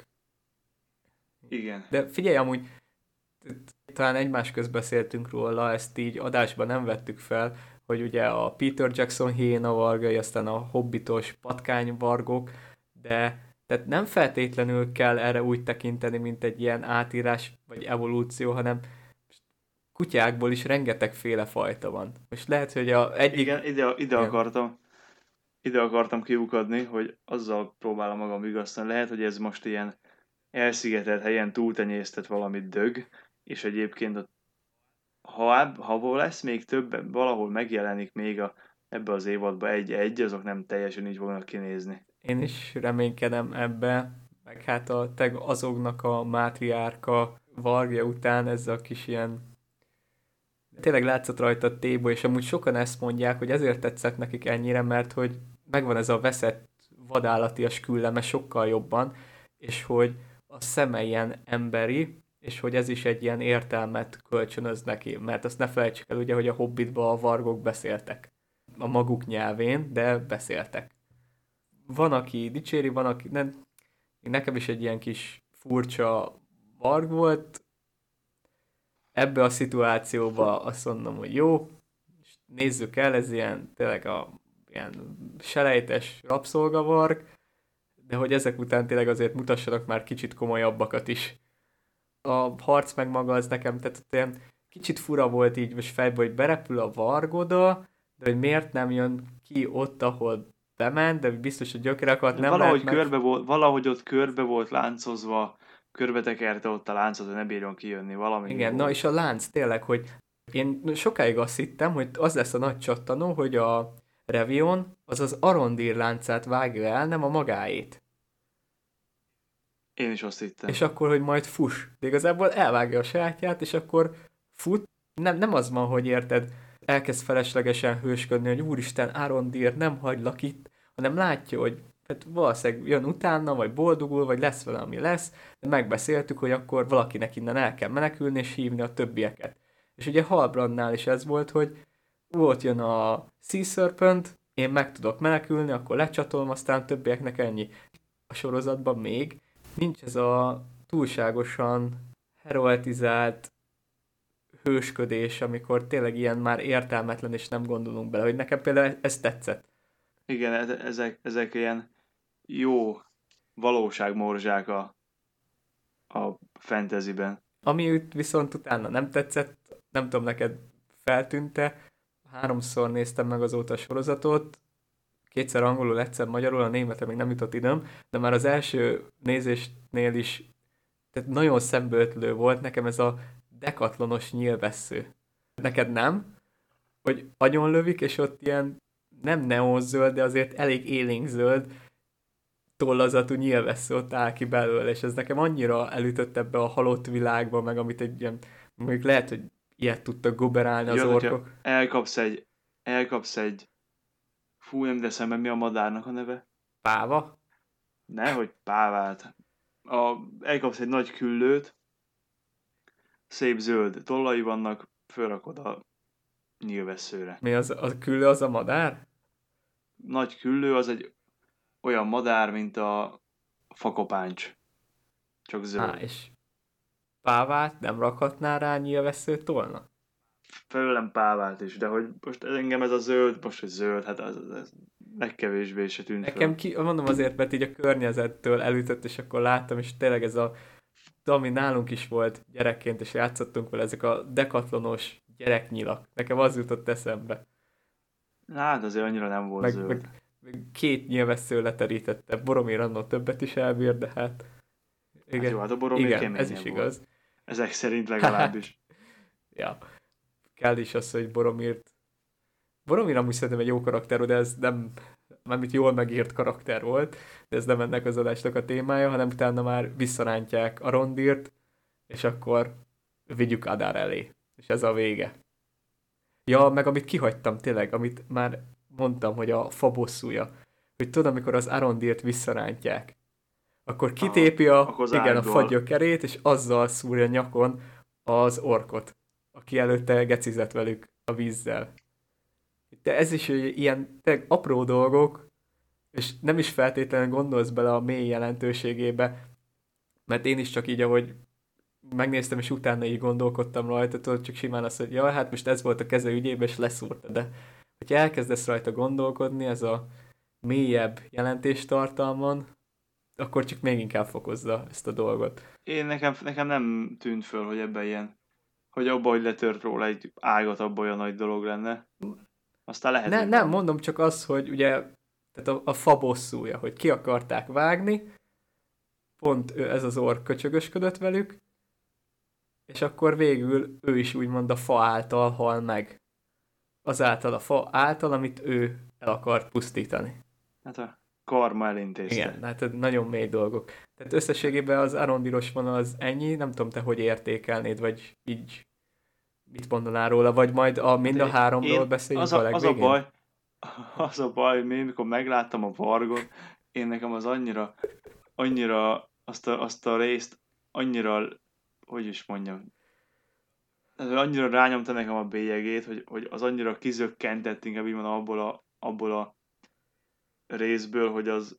igen. De figyelj, amúgy talán egymás közt beszéltünk róla, ezt így adásban nem vettük fel, hogy ugye a Peter Jackson hiéna vargai, aztán a hobbitos patkányvargok, de tehát nem feltétlenül kell erre úgy tekinteni, mint egy ilyen átírás vagy evolúció, hanem kutyákból is rengetegféle fajta van. Most lehet, hogy a egyik... Igen, ide, ide Igen. akartam ide akartam kiukadni, hogy azzal próbálom magam vigasztani. Lehet, hogy ez most ilyen elszigetelt helyen túltenyésztett valami dög, és egyébként ott, ha, ha lesz még több, valahol megjelenik még a, ebbe az évadba egy-egy, azok nem teljesen így fognak kinézni. Én is reménykedem ebbe, meg hát a teg azoknak a mátriárka vargja után ez a kis ilyen tényleg látszott rajta a tébo, és amúgy sokan ezt mondják, hogy ezért tetszett nekik ennyire, mert hogy megvan ez a veszett vadállatias külleme sokkal jobban, és hogy a szeme ilyen emberi, és hogy ez is egy ilyen értelmet kölcsönöz neki, mert azt ne felejtsük el ugye, hogy a Hobbitban a vargok beszéltek a maguk nyelvén, de beszéltek. Van, aki dicséri, van, aki nem. Nekem is egy ilyen kis furcsa varg volt, ebbe a szituációba azt mondom, hogy jó, nézzük el, ez ilyen tényleg a ilyen selejtes rabszolgavarg, de hogy ezek után tényleg azért mutassanak már kicsit komolyabbakat is. A harc meg maga az nekem, tehát ilyen kicsit fura volt így most fejből, hogy berepül a vargoda, de hogy miért nem jön ki ott, ahol bement, de biztos, hogy gyökereket nem valahogy lehet körbe volt, valahogy ott körbe volt láncozva, körbe tekerte ott a láncot, hogy ne bírjon kijönni, valami. Igen, volt. Na és a lánc tényleg, hogy én sokáig azt hittem, hogy az lesz a nagy csattanó, hogy a Revion az az Arondir láncát vágja el, nem a magáét. Én is azt hittem. És akkor, hogy majd fuss. De igazából elvágja a sajátját, és akkor fut. Nem, nem az van, hogy érted, elkezd feleslegesen hősködni, hogy úristen, Arondir, nem hagylak itt, hanem látja, hogy hát valószínűleg jön utána, vagy boldogul, vagy lesz valami lesz, de megbeszéltük, hogy akkor valakinek innen el kell menekülni, és hívni a többieket. És ugye Halbrandnál is ez volt, hogy volt jön a Sea Serpent, én meg tudok menekülni, akkor lecsatolom, aztán többieknek ennyi. A sorozatban még nincs ez a túlságosan heroetizált hősködés, amikor tényleg ilyen már értelmetlen, és nem gondolunk bele, hogy nekem például ez tetszett. Igen, ezek, ezek ilyen jó valóságmorzsák a, a fantasyben. Ami viszont utána nem tetszett, nem tudom, neked feltűnte, háromszor néztem meg azóta a sorozatot, kétszer angolul, egyszer magyarul, a németre még nem jutott időm, de már az első nézésnél is tehát nagyon szembeötlő volt nekem ez a dekatlonos nyílvessző. Neked nem? Hogy agyon lövik, és ott ilyen nem neonzöld, de azért elég élénkzöld tollazatú nyílvessző ott áll ki belőle, és ez nekem annyira elütött ebbe a halott világba, meg amit egy ilyen, mondjuk lehet, hogy ilyet tudtak goberálni az Jön, orkok. Elkapsz egy, elkapsz egy, fú, nem teszem be, mi a madárnak a neve? Páva? Nehogy pávát. A, elkapsz egy nagy küllőt, szép zöld tollai vannak, fölrakod a nyílvesszőre. Mi az, a küllő az a madár? Nagy küllő az egy olyan madár, mint a fakopáncs. Csak zöld. Há, és pávát nem rakhatnál rá nyílvessző tollnak? Felőlem pávát is, de hogy most engem ez a zöld, most hogy zöld, hát az, az, az legkevésbé se tűnt Nekem ki, mondom azért, mert így a környezettől elütött, és akkor láttam, és tényleg ez a, ami nálunk is volt gyerekként, és játszottunk vele, ezek a dekatlonos gyereknyilak. Nekem az jutott eszembe. Hát azért annyira nem volt meg, zöld. meg, meg két nyilvessző leterítette. Boromir annól többet is elbír, de hát... Igen, hát jó, hát a Boromir igen, ez is volt. Igaz. Ezek szerint legalábbis. Ja. Kell is az, hogy Boromirt... Boromir amúgy szerintem egy jó karakter, de ez nem... Mármint jól megírt karakter volt, de ez nem ennek az adásnak a témája, hanem utána már visszarántják Arondirt, és akkor vigyük Adár elé. És ez a vége. Ja, meg amit kihagytam tényleg, amit már mondtam, hogy a fa bosszúja. Hogy tudod, amikor az Arondirt visszarántják, akkor Aha. kitépi a, Akkor az igen, a ággal. fagygyökerét, és azzal szúrja nyakon az orkot, aki előtte gecizett velük a vízzel. De ez is hogy ilyen tényleg apró dolgok, és nem is feltétlenül gondolsz bele a mély jelentőségébe, mert én is csak így, ahogy megnéztem, és utána így gondolkodtam rajta, tudod, csak simán azt, hogy ja, hát most ez volt a keze ügyében, és leszúrta, de hogyha elkezdesz rajta gondolkodni, ez a mélyebb jelentéstartalmon, akkor csak még inkább fokozza ezt a dolgot. Én nekem, nekem nem tűnt föl, hogy ebben ilyen, hogy abban, hogy letört róla egy ágat, abban olyan nagy dolog lenne. Aztán lehet, Ne, hogy nem, van. mondom csak az, hogy ugye tehát a, a fa bosszúja, hogy ki akarták vágni, pont ő, ez az orr köcsögösködött velük, és akkor végül ő is úgymond a fa által hal meg. Azáltal a fa által, amit ő el akart pusztítani. Hát a karma elintézte. Igen, hát ez nagyon mély dolgok. Tehát összességében az Arondiros vonal az ennyi, nem tudom te, hogy értékelnéd, vagy így mit mondanál róla, vagy majd a, mind a háromról Én, beszéljünk az a a, az a legvégén? baj, az a baj, hogy én mikor megláttam a Vargot, én nekem az annyira, annyira azt a, azt a részt, annyira, hogy is mondjam, ez annyira rányomta nekem a bélyegét, hogy, hogy az annyira kizökkentett inkább így van abból a, abból a részből, hogy az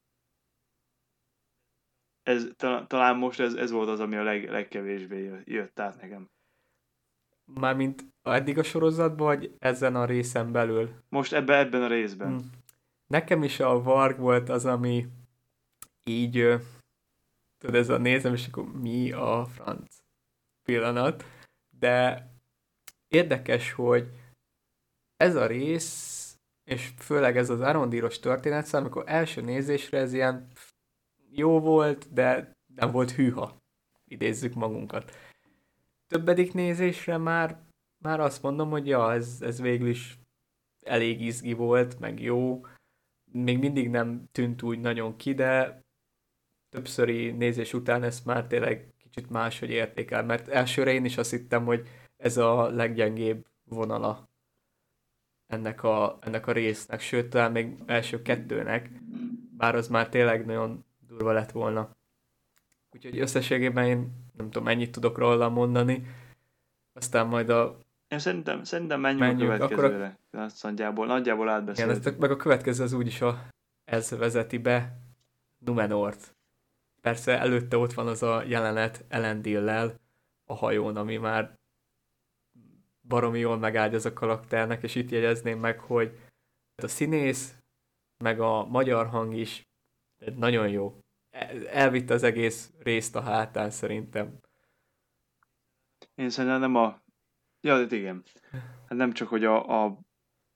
ez, ta- talán most ez, ez volt az, ami a leg, legkevésbé jött át nekem. Mármint eddig a sorozatban, vagy ezen a részen belül? Most ebbe, ebben a részben. Hm. Nekem is a Varg volt az, ami így, ö, tudod, ez a nézem, és akkor mi a franc pillanat, de érdekes, hogy ez a rész, és főleg ez az Arondíros történet, szóval amikor első nézésre ez ilyen jó volt, de nem volt hűha. Idézzük magunkat. Többedik nézésre már, már azt mondom, hogy ja, ez, ez végül is elég izgi volt, meg jó. Még mindig nem tűnt úgy nagyon ki, de többszöri nézés után ezt már tényleg kicsit máshogy értékel, mert elsőre én is azt hittem, hogy ez a leggyengébb vonala ennek a, ennek a résznek, sőt, talán még első kettőnek, bár az már tényleg nagyon durva lett volna. Úgyhogy összességében én nem tudom, mennyit tudok róla mondani, aztán majd a... Én szerintem, szerintem menjünk, menjünk, a akkor a... következőre. Azt nagyjából, nagyjából Igen, átbeszéltük. ezt, meg a következő az úgyis a... ez vezeti be Numenort. Persze előtte ott van az a jelenet Elendillel a hajón, ami már baromi jól megáldja a karakternek, és itt jegyezném meg, hogy a színész, meg a magyar hang is nagyon jó. Elvitte az egész részt a hátán szerintem. Én szerintem nem a... Ja, de igen. Hát nem csak, hogy a, a,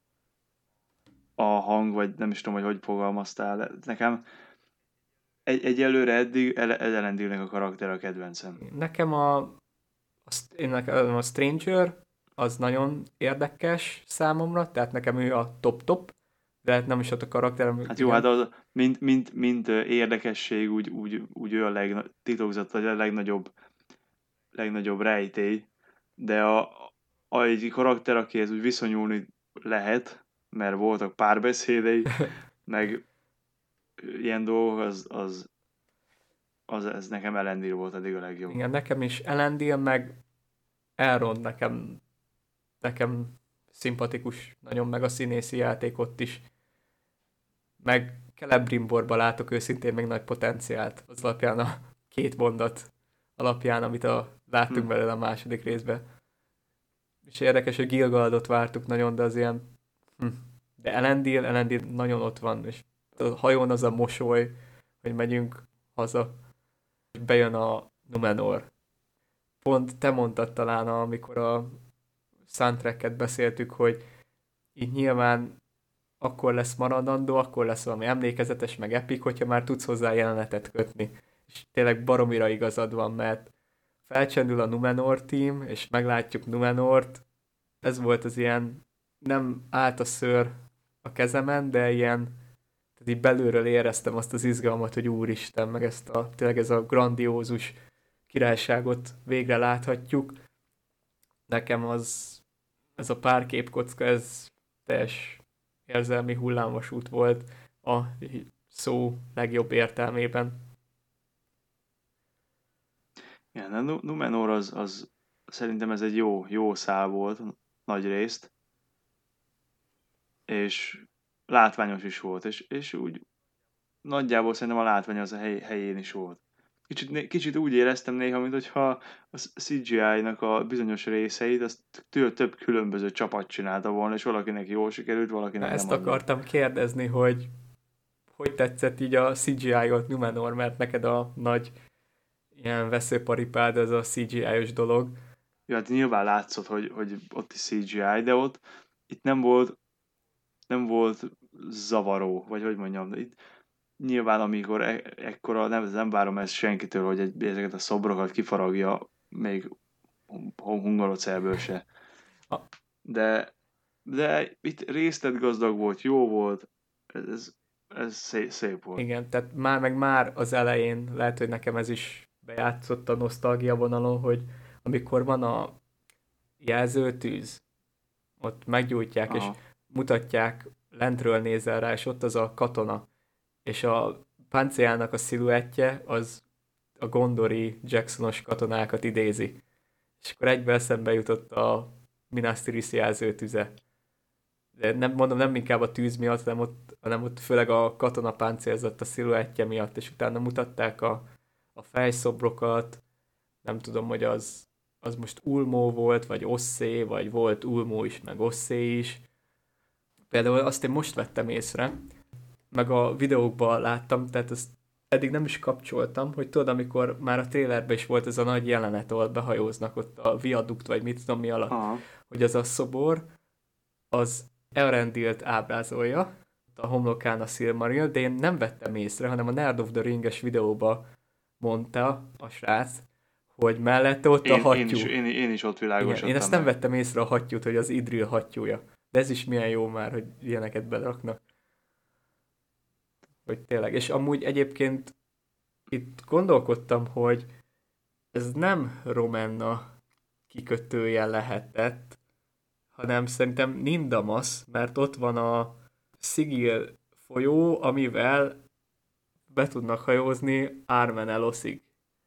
a hang, vagy nem is tudom, hogy hogy fogalmaztál, de nekem egy, egyelőre eddig Elendilnek a karakter a kedvencem. Nekem a, a, én nekem a Stranger az nagyon érdekes számomra, tehát nekem ő a top-top, de hát nem is ott a karakterem. Hát jó, hát az, mint, mint, mint érdekesség, úgy, úgy, úgy ő a legna- titokzat, vagy a legnagyobb, legnagyobb rejtély, de a, a egy karakter, akihez úgy viszonyulni lehet, mert voltak párbeszédei, meg ilyen dolgok, az, az, az ez nekem Elendil volt eddig a legjobb. Igen, nekem is Elendil, meg Elrond nekem, nekem szimpatikus, nagyon meg a színészi játék ott is. Meg Celebrimborban látok őszintén még nagy potenciált az alapján a két mondat alapján, amit a, láttunk hm. belőle a második részben. És érdekes, hogy Gilgaladot vártuk nagyon, de az ilyen... Hm. De Elendil, Elendil nagyon ott van, és a hajón az a mosoly, hogy megyünk haza, és bejön a Numenor. Pont te mondtad talán, amikor a soundtracket beszéltük, hogy így nyilván akkor lesz maradandó, akkor lesz valami emlékezetes, meg epik, hogyha már tudsz hozzá jelenetet kötni. És tényleg baromira igazad van, mert felcsendül a Numenor team, és meglátjuk Numenort. Ez volt az ilyen, nem állt a szőr a kezemen, de ilyen, tehát így belülről éreztem azt az izgalmat, hogy úristen, meg ezt a, tényleg ez a grandiózus királyságot végre láthatjuk. Nekem az, ez a pár képkocka, ez teljes érzelmi hullámvasút volt a szó legjobb értelmében. Igen, a Nu- Numenor az, az szerintem ez egy jó, jó szál volt, nagy részt, és látványos is volt, és, és úgy nagyjából szerintem a látvány az a hely, helyén is volt. Kicsit, né- kicsit úgy éreztem néha, mint hogyha a cé gé í-nak a bizonyos részeit azt tő, több különböző csapat csinálta volna, és valakinek jól sikerült, Na, valakinek nem ezt annyira. akartam kérdezni, hogy hogy tetszett így a cé gé í-ot Numenor, mert neked a nagy ilyen veszőparipád ez a cé gé í-os dolog. Jó, hát nyilván látszott, hogy, hogy ott is cé gé í, de ott itt nem volt, nem volt zavaró, vagy hogy mondjam, de itt nyilván amikor e- ekkora, nem, nem várom ezt senkitől, hogy egy, ezeket a szobrokat kifaragja, még Hungarocelből se. A- De, de itt részletgazdag volt, jó volt, ez, ez szép, szép volt. Igen, tehát már meg már az elején lehet, hogy nekem ez is bejátszott a nosztalgia vonalon, hogy amikor van a jelzőtűz, ott meggyújtják, és Aha. mutatják, lentről nézel rá, és ott az a katona, és a páncéljának a sziluettje az a gondori Jacksonos katonákat idézi. És akkor egyben eszembe jutott a Minas Tirith jelzőtüze. De nem, mondom, nem inkább a tűz miatt, hanem ott, hanem ott főleg a katona páncélzott a sziluettje miatt, és utána mutatták a, a fejszobrokat, nem tudom, hogy az, az most Ulmó volt, vagy Osszé, vagy volt Ulmó is, meg Osszé is. Például azt én most vettem észre, meg a videókban láttam, tehát ezt eddig nem is kapcsoltam, hogy tudod, amikor már a trailerben is volt ez a nagy jelenet, ahol behajóznak ott a viadukt, vagy mit tudom mi alatt, Aha. hogy az a szobor, az Erendilt ábrázolja, a homlokán a Silmaril, de én nem vettem észre, hanem a Nerd of the Ring-es videóba mondta a srác, hogy mellette ott a Én, hattyú. én, is, én, én is ott Igen, világosodtam én ezt nem meg. vettem észre a hattyút, hogy az Idril hattyúja. De ez is milyen jó már, hogy ilyeneket beraknak. Hogy tényleg. És amúgy egyébként itt gondolkodtam, hogy ez nem Romenna kikötője lehetett, hanem szerintem Nindamas, mert ott van a Sigil folyó, amivel be tudnak hajózni Armenelosig.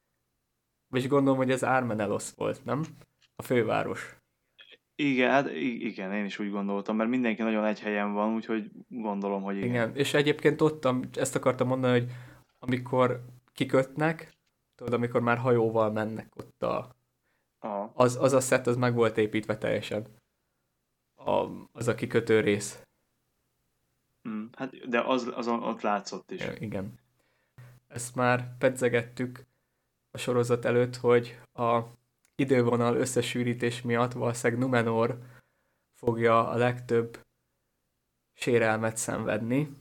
És gondolom, hogy ez Armenelos volt, nem? A főváros. Igen, hát i- igen, én is úgy gondoltam, mert mindenki nagyon egy helyen van, úgyhogy gondolom, hogy igen. Igen, és egyébként ott, am- ezt akartam mondani, hogy amikor kikötnek, tudod, amikor már hajóval mennek ott a, Aha. az, az a set, az meg volt építve teljesen. A, az a kikötő rész. Mm, hát, de az, azon ott látszott is. Ja, igen. Ezt már pedzegettük a sorozat előtt, hogy a idővonal összesűrítés miatt valószínűleg Numenor fogja a legtöbb sérelmet szenvedni,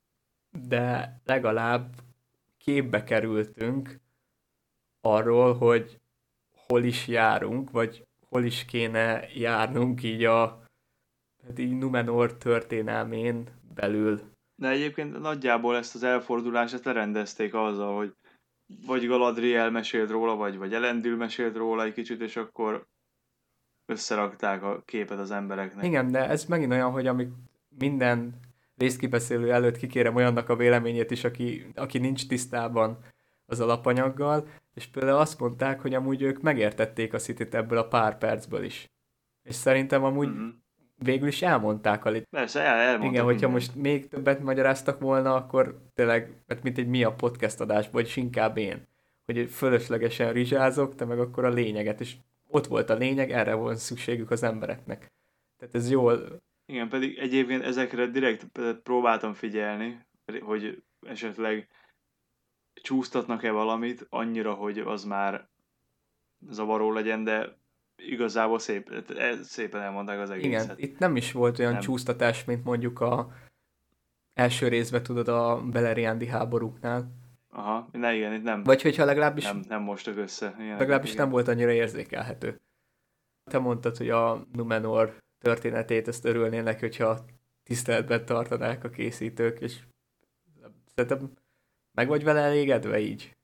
de legalább képbe kerültünk arról, hogy hol is járunk, vagy hol is kéne járnunk így a hát így Numenor történelmén belül. De egyébként nagyjából ezt az elfordulást ezt lerendezték azzal, hogy vagy Galadriel mesélt róla, vagy, vagy Elendil mesélt róla egy kicsit, és akkor összerakták a képet az embereknek. Igen, de ez megint olyan, hogy amik minden részkibeszélő előtt kikérem olyannak a véleményét is, aki, aki nincs tisztában az alapanyaggal, és például azt mondták, hogy amúgy ők megértették a Cityt ebből a pár percből is. És szerintem amúgy Uh-huh. végül is elmondták a lit- Persze, el, elmondtak Igen, hogyha mindent. most még többet magyaráztak volna, akkor tényleg, mert mint egy mi a podcast adás, vagyis inkább én, hogy fölöslegesen rizsázok, te meg akkor a lényeget, és ott volt a lényeg, erre volt szükségük az embereknek. Tehát ez jól, Igen, pedig egyébként ezekre direkt próbáltam figyelni, hogy esetleg csúsztatnak-e valamit annyira, hogy az már zavaró legyen, de igazából szép, szépen elmondták az egészet. igen, itt nem is volt olyan Nem. csúsztatás, mint mondjuk a első részben, tudod, a Beleriandi háborúknál. Aha, ne igen, itt nem, Vagy hogyha legalábbis, nem, nem mostak össze. Ilyenek, legalábbis igen. nem volt annyira érzékelhető. Te mondtad, hogy a Numenor történetét, ezt örülnél neki, hogyha tiszteletben tartanák a készítők, és szerintem meg vagy vele elégedve így?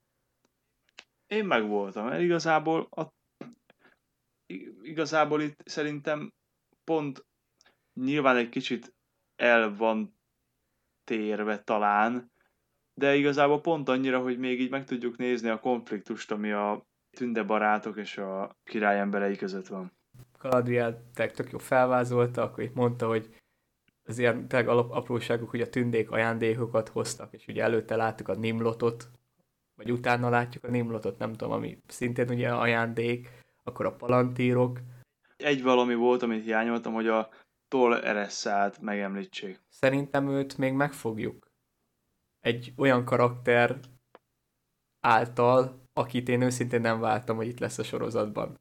Én meg voltam, mert igazából, a, igazából itt szerintem pont nyilván egy kicsit el van térve talán, de igazából pont annyira, hogy még így meg tudjuk nézni a konfliktust, ami a Tünde barátok és a király emberei között van. Galadriel tök jó felvázolta, akkor itt mondta, hogy az ilyen tényleg alap apróságok, hogy a tündék ajándékokat hoztak, és ugye előtte láttuk a Nimlotot, vagy utána látjuk a Nimlotot, nem tudom, ami szintén ugye ajándék, akkor a palantírok. Egy valami volt, amit hiányoltam, hogy a Tol Eressát megemlítsék. Szerintem őt még megfogjuk. Egy olyan karakter által, akit én őszintén nem vártam, hogy itt lesz a sorozatban.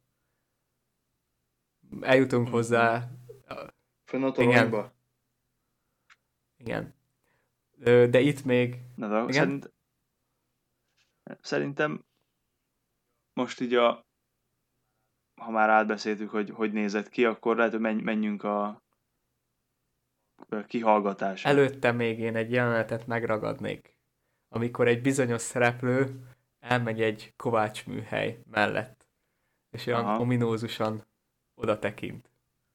Eljutunk mm-hmm. hozzá. Fönn a toronyba? Igen. De itt még... Na, de igen? Szerint... Szerintem most így a... Ha már átbeszéltük, hogy hogy nézett ki, akkor lehet, hogy menjünk a kihallgatásra. Előtte még én egy jelenetet megragadnék, amikor egy bizonyos szereplő elmegy egy kovácsműhely mellett, és olyan Aha. ominózusan oda tekint.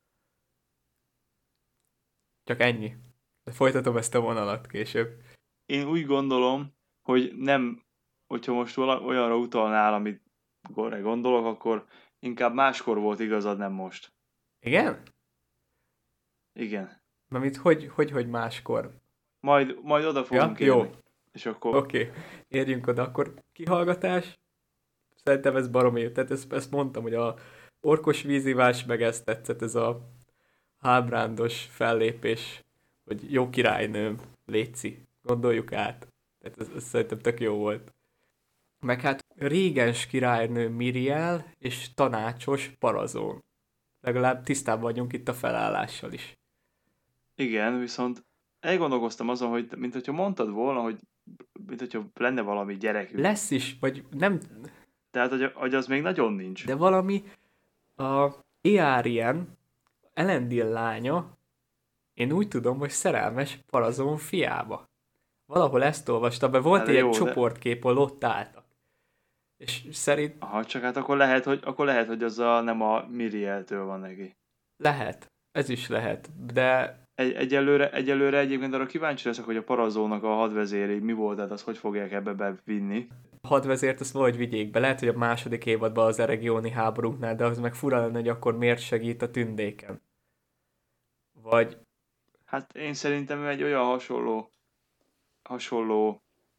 Csak ennyi. De folytatom ezt a vonalat később. Én úgy gondolom, hogy nem, hogyha most olyanra utalnál, amit gondolok, akkor inkább máskor volt igazad, nem most. Igen? Igen. Mert hogy, hogy, hogy máskor? Majd, majd oda fogunk ja? Jó. És akkor... Oké, okay. Érjünk oda. Akkor kihallgatás. Szerintem ez baromi. Tehát ezt, ezt mondtam, hogy a orkos vízivás meg ezt tetszett, ez a hábrándos fellépés, hogy jó királynőm, léci, gondoljuk át. Tehát ez, ez szerintem tök jó volt. Meg hát régens királynő Miriel és tanácsos Parazón. Legalább tisztában vagyunk itt a felállással is. Igen, viszont elgondolkoztam azon, hogy mint hogyha mondtad volna, hogy mint hogyha lenne valami gyerekük. Lesz is, vagy nem... Tehát, hogy, hogy az még nagyon nincs. De valami a Eärien, Elendil lánya, én úgy tudom, hogy szerelmes Parazón fiába. Valahol ezt olvastam, mert volt egy csoportkép, ahol ott álltak. És szerint... Aha, csak hát akkor lehet, hogy, akkor lehet, hogy az a, nem a Mirieltől van neki. Lehet. Ez is lehet, de... Egy, egyelőre, egyelőre egyébként arra kíváncsi leszek, hogy a Parazónak a hadvezéri mi volt, tehát azt hogy fogják ebbe bevinni. A hadvezért azt valahogy vigyék be. Lehet, hogy a második évadban az eregióni háborúknál, de az meg fura lenne, hogy akkor miért segít a tündéken. Vagy... Hát én szerintem ő egy olyan hasonló hasonló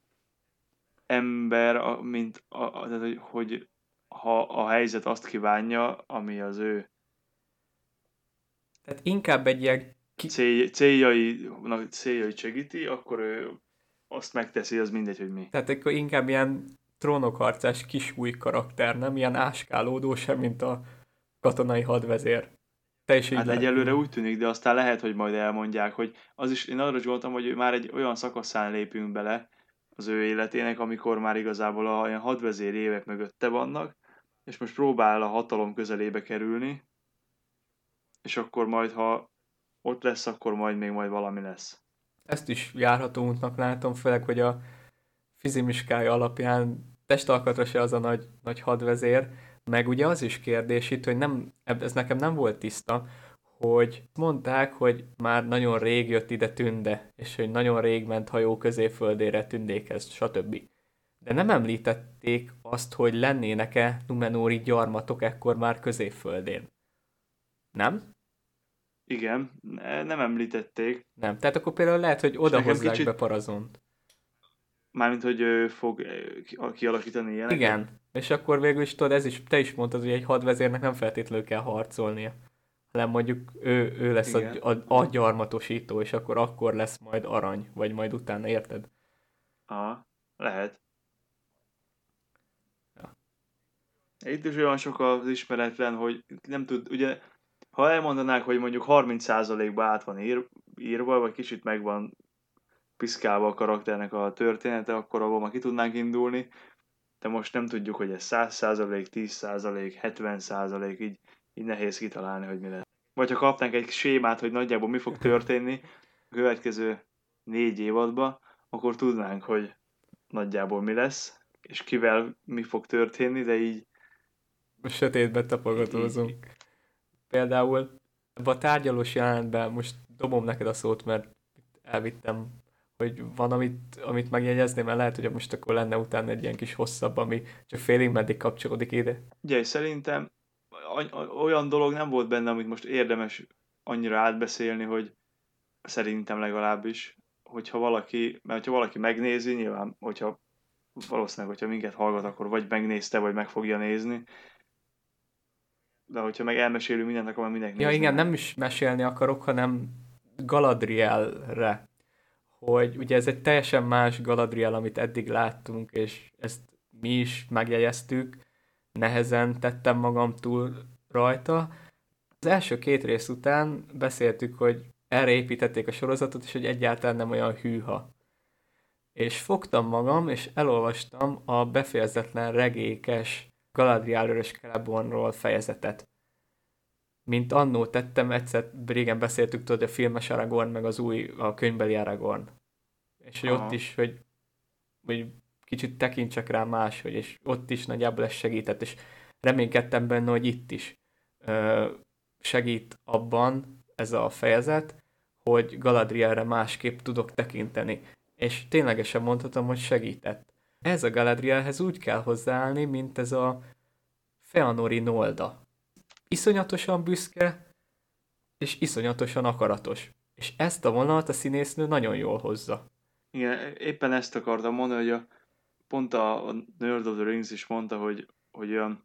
ember, mint a, a, tehát, hogy, hogy ha a helyzet azt kívánja, ami az ő tehát inkább egy ilyen ki... cél, céljai, céljai segíti, akkor ő azt megteszi, az mindegy, hogy mi. Tehát akkor inkább ilyen trónokharcás kisúj karakter, nem ilyen áskálódó sem, mint a katonai hadvezér. Te is hát egyelőre úgy tűnik, de aztán lehet, hogy majd elmondják, hogy az is, én arra is voltam, hogy már egy olyan szakaszán lépünk bele az ő életének, amikor már igazából a ilyen hadvezér évek mögötte vannak, és most próbál a hatalom közelébe kerülni, és akkor majd, ha ott lesz, akkor majd még majd valami lesz. Ezt is járható útnak látom, főleg, hogy a fizimiskája alapján testalkatra se az a nagy, nagy hadvezér, meg ugye az is kérdés itt, hogy nem, ez nekem nem volt tiszta, hogy mondták, hogy már nagyon rég jött ide Tünde, és hogy nagyon rég ment hajó középföldére Tündékhez, stb. De nem említették azt, hogy lennének-e Numenóri gyarmatok ekkor már középföldén. Nem? Igen, nem említették. Nem, tehát akkor például lehet, hogy oda hozzák kicsit... be Parazont. Mármint, hogy ő fog kialakítani ilyeneket? Igen, és akkor végül is tudod, ez is, te is mondtad, hogy egy hadvezérnek nem feltétlenül kell harcolnia, hanem mondjuk ő, ő lesz a, a, a gyarmatosító, és akkor akkor lesz majd arany, vagy majd utána, érted? Aha, lehet. Ja. Itt is olyan sok az ismeretlen, hogy nem tud, ugye, ha elmondanák, hogy mondjuk harminc százalékba át van ír, írva, vagy kicsit meg van piszkálva a karakternek a története, akkor abból már ki tudnánk indulni, de most nem tudjuk, hogy ez száz százalék, tíz százalék, hetven százalék, így, így nehéz kitalálni, hogy mi lesz. Vagy ha kapnánk egy sémát, hogy nagyjából mi fog történni a következő négy évadban, akkor tudnánk, hogy nagyjából mi lesz, és kivel mi fog történni, de így... Most sötétben tapogatózunk. Például ebben a tárgyalós jelentben most dobom neked a szót, mert elvittem hogy van, amit, amit megjegyezném, mert lehet, hogy most akkor lenne utána egy ilyen kis hosszabb, ami csak félig meddig kapcsolódik ide. Ugye, szerintem olyan dolog nem volt benne, amit most érdemes annyira átbeszélni, hogy szerintem legalábbis, hogyha valaki, mert hogyha valaki megnézi, nyilván, hogyha valószínűleg, hogyha minket hallgat, akkor vagy megnézte, vagy meg fogja nézni, de hogyha meg elmesélünk mindent, akkor már mindenki Ja nézni igen, meg. nem is mesélni akarok, hanem Galadrielre, hogy ugye ez egy teljesen más Galadriel, amit eddig láttunk, és ezt mi is megjegyeztük, nehezen tettem magam túl rajta. Az első két rész után beszéltük, hogy erre építették a sorozatot, és hogy egyáltalán nem olyan hűha. És fogtam magam, és elolvastam a befejezetlen regékes Galadrielről és Celebornról fejezetet. Mint annó tettem, egyszer régen beszéltük, tudod, a filmes Aragorn, meg az új, a könyvbeli Aragorn. És hogy Aha. ott is, hogy, hogy kicsit tekintsek rá máshogy, és ott is nagyjából ez segített, és reménykedtem benne, hogy itt is ö, segít abban ez a fejezet, hogy Galadrielre másképp tudok tekinteni. És ténylegesen mondhatom, hogy segített. Ez a Galadrielhez úgy kell hozzáállni, mint ez a Feanori Nolda. Iszonyatosan büszke, és iszonyatosan akaratos. És ezt a vonalat a színésznő nagyon jól hozza. Igen, éppen ezt akartam mondani, hogy a, pont a, a Nerd of the Rings is mondta, hogy, hogy olyan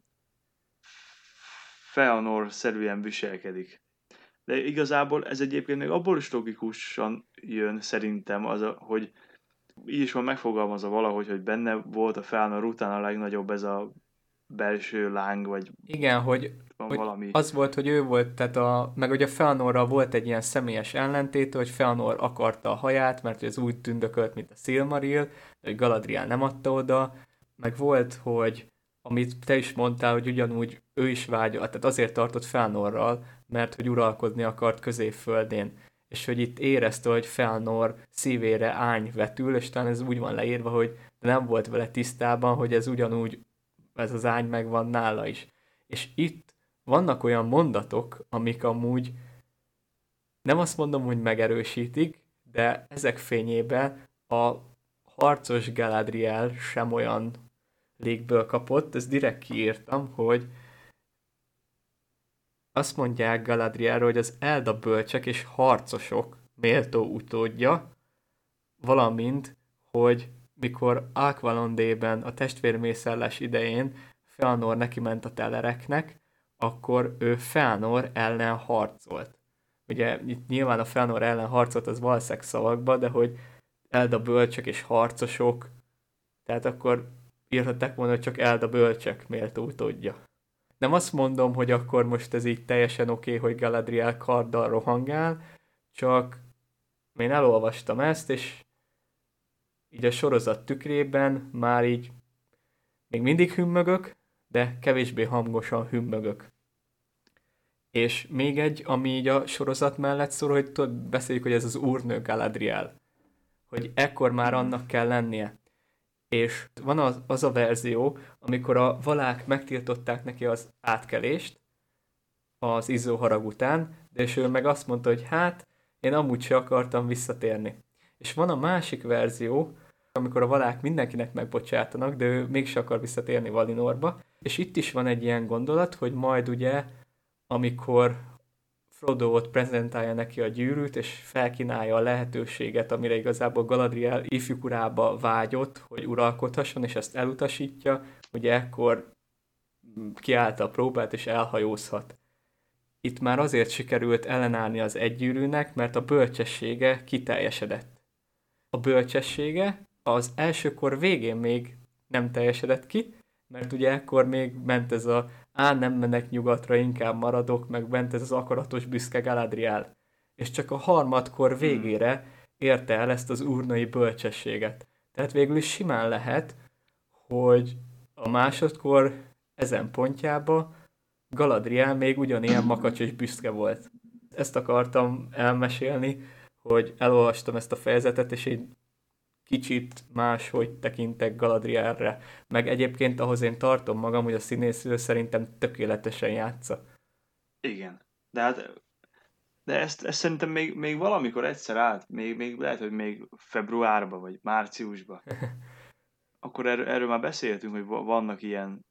Feanor-szerűen viselkedik. De igazából ez egyébként még abból is logikusan jön szerintem, az a, hogy így is van megfogalmazva valahogy, hogy benne volt a Feanor után a legnagyobb ez a belső láng, vagy Igen, hogy, van hogy valami. az volt, hogy ő volt, tehát a, meg hogy a Feanorral volt egy ilyen személyes ellentét, hogy Feanor akarta a haját, mert ez úgy tündökölt, mint a Silmaril, hogy Galadriel nem adta oda, meg volt, hogy amit te is mondtál, hogy ugyanúgy ő is vágyott, tehát azért tartott Feanorral, mert hogy uralkodni akart Középföldén. És hogy itt érezte, hogy Feanor szívére ány vetül, és talán ez úgy van leírva, hogy nem volt vele tisztában, hogy ez ugyanúgy, ez az ány megvan nála is. És itt vannak olyan mondatok, amik amúgy nem azt mondom, hogy megerősítik, de ezek fényében a harcos Galadriel sem olyan légből kapott, ezt direkt kiírtam, hogy azt mondják Galadrielről, hogy az Elda bölcsek és harcosok méltó utódja, valamint, hogy mikor Alkvalondében a testvérmészárlás idején Feanor neki ment a telereknek, akkor ő Feanor ellen harcolt. Ugye itt nyilván a Feanor ellen harcolt az valószínűleg szavakba, de hogy Elda bölcsek és harcosok, tehát akkor írhatták volna, hogy csak Elda bölcsek méltó utódja. Nem azt mondom, hogy akkor most ez így teljesen oké, okay, hogy Galadriel karddal rohangál, csak én elolvastam ezt, és így a sorozat tükrében már így még mindig hümmögök, de kevésbé hangosan hümmögök. És még egy, ami így a sorozat mellett szól, hogy tudod, beszéljük, hogy ez az úrnő Galadriel. Hogy ekkor már annak kell lennie. És van az, az a verzió, amikor a valák megtiltották neki az átkelést az izzó harag után, de és ő meg azt mondta, hogy hát, én amúgy se akartam visszatérni. És van a másik verzió, amikor a valák mindenkinek megbocsátanak, de ő mégse akar visszatérni Valinorba. És itt is van egy ilyen gondolat, hogy majd ugye, amikor Frodo ott prezentálja neki a gyűrűt, és felkínálja a lehetőséget, amire igazából Galadriel ifjúkorába vágyott, hogy uralkodhasson, és ezt elutasítja, ugye ekkor kiállta a próbát, és elhajózhat. Itt már azért sikerült ellenállni az egygyűrűnek, mert a bölcsessége kiteljesedett. A bölcsessége az elsőkor végén még nem teljesedett ki, mert ugye ekkor még ment ez a á, nem menek nyugatra, inkább maradok, meg ment ez az akaratos büszke Galadriel. És csak a harmadkor végére érte el ezt az úrnai bölcsességet. Tehát végül is simán lehet, hogy a másodkor ezen pontjába Galadriel még ugyanilyen makacs és büszke volt. Ezt akartam elmesélni, hogy elolvastam ezt a fejezetet, és én kicsit máshogy tekintek Galadrielre. Meg egyébként ahhoz én tartom magam, hogy a színésznő szerintem tökéletesen játsza. Igen. De hát De ezt, ezt szerintem még, még valamikor egyszer át, még, még lehet, hogy még februárban, vagy márciusban. Akkor erről, erről már beszéltünk, hogy va- vannak ilyen,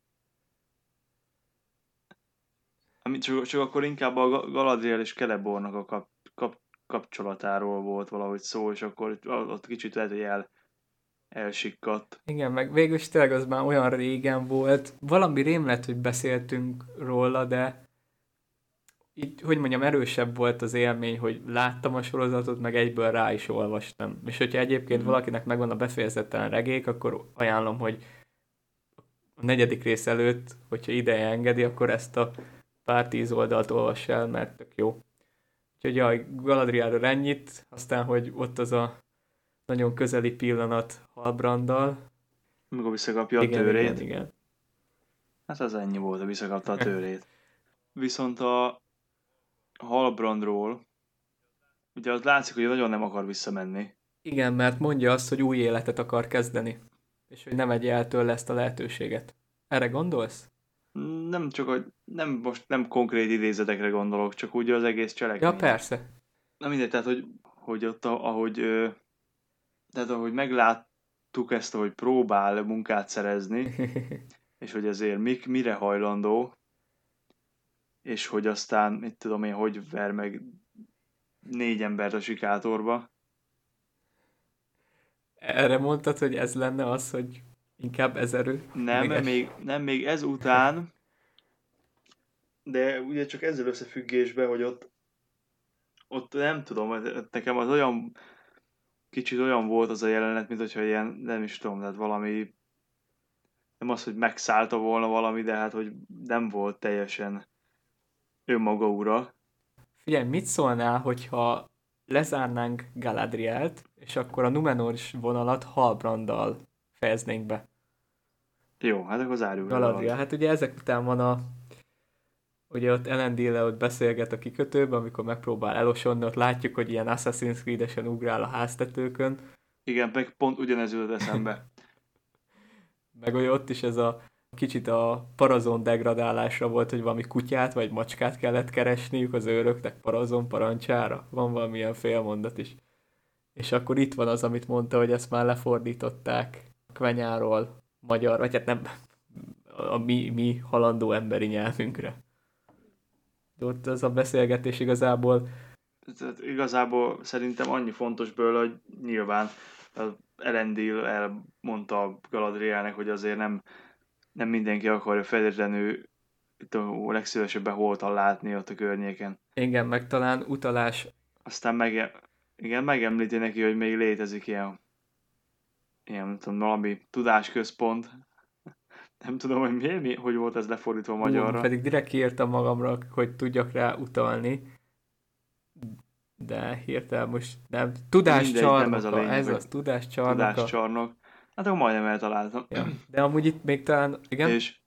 amit csak, csak akkor inkább a Ga- Galadriel és Celebornak a kap, kap, kapcsolatáról volt valahogy szó, és akkor ott ott kicsit lehet, hogy el, elsikkadt. Igen, meg végül is tényleg az már olyan régen volt. Valami rém lett, hogy beszéltünk róla, de így, hogy mondjam, erősebb volt az élmény, hogy láttam a sorozatot, meg egyből rá is olvastam. És hogyha egyébként Mhm. valakinek megvan a befejezetten regék, akkor ajánlom, hogy a negyedik rész előtt, hogyha ideje engedi, akkor ezt a pár tíz oldalt olvass el, mert tök jó. Úgyhogy jaj, Galadrielről ennyit, aztán, hogy ott az a nagyon közeli pillanat Halbranddal. Amikor visszakapja a Igen, igen, tőrét. igen. Hát az ennyi volt, hogy visszakapta a tőrét. Viszont a Halbrandról, ugye az látszik, hogy nagyon nem akar visszamenni. Igen, mert mondja azt, hogy új életet akar kezdeni, és hogy nem vegye el tőle ezt a lehetőséget. Erre gondolsz? Nem csak, hogy nem most nem konkrét idézetekre gondolok, csak úgy az egész Ja, cselekmény. persze. Na mindegy, tehát, hogy, hogy ott, ahogy, ö, tehát ahogy megláttuk ezt, hogy próbál munkát szerezni, és hogy ezért mik, mire hajlandó, és hogy aztán, mit tudom én, hogy ver meg négy embert a sikátorba. Erre mondtad, hogy ez lenne az, hogy inkább ez erő? Nem, Meg még, nem még ez után, de ugye csak ezzel összefüggésben, hogy ott, ott nem tudom, nekem az olyan, kicsit olyan volt az a jelenet, mint hogyha ilyen, nem is tudom, tehát valami, nem az, hogy megszállta volna valami, de hát, hogy nem volt teljesen önmaga ura. Figyelj, mit szólnál, hogyha lezárnánk Galadrielt, és akkor a Numenoris vonalat Halbranddal fejeznénk be? Jó, hát akkor zárjuk le Galadriel, Galadriel. hát ugye ezek után van a ugye ott Elendil ott beszélget a kikötőben, amikor megpróbál elosonni, ott látjuk, hogy ilyen Assassin's Creed-esen ugrál a háztetőkön, Igen, meg pont ugyanez jutott eszembe. meg hogy ott is ez a kicsit a parazon degradálásra volt, hogy valami kutyát vagy macskát kellett keresniük az őröknek parazon parancsára. Van valamilyen félmondat is. És akkor itt van az, amit mondta, hogy ezt már lefordították kvenyáról magyar, vagy hát nem a mi, mi halandó emberi nyelvünkre. De ott az a beszélgetés igazából Tehát igazából szerintem annyi fontos belőle, hogy nyilván az Elendil elmondta Galadrielnek, hogy azért nem, nem mindenki akarja feltétlenül itt a legszívesebben holtan látni ott a környéken. igen, meg talán utalás. Aztán meg, igen, megemlíti neki, hogy még létezik ilyen, ilyen nem tudom, valami tudásközpont. Nem tudom, hogy mi, mi, hogy volt ez lefordítva Ú, magyarra. pedig direkt kiírtam magamra, hogy tudjak rá utalni, de hirtelen most nem. Tudáscsarnoka, nem ez a lényeg, ez hogy az, tudáscsarnoka. Tudáscsarnok. Hát akkor majdnem eltaláltam. Ja. De amúgy itt még talán, igen? És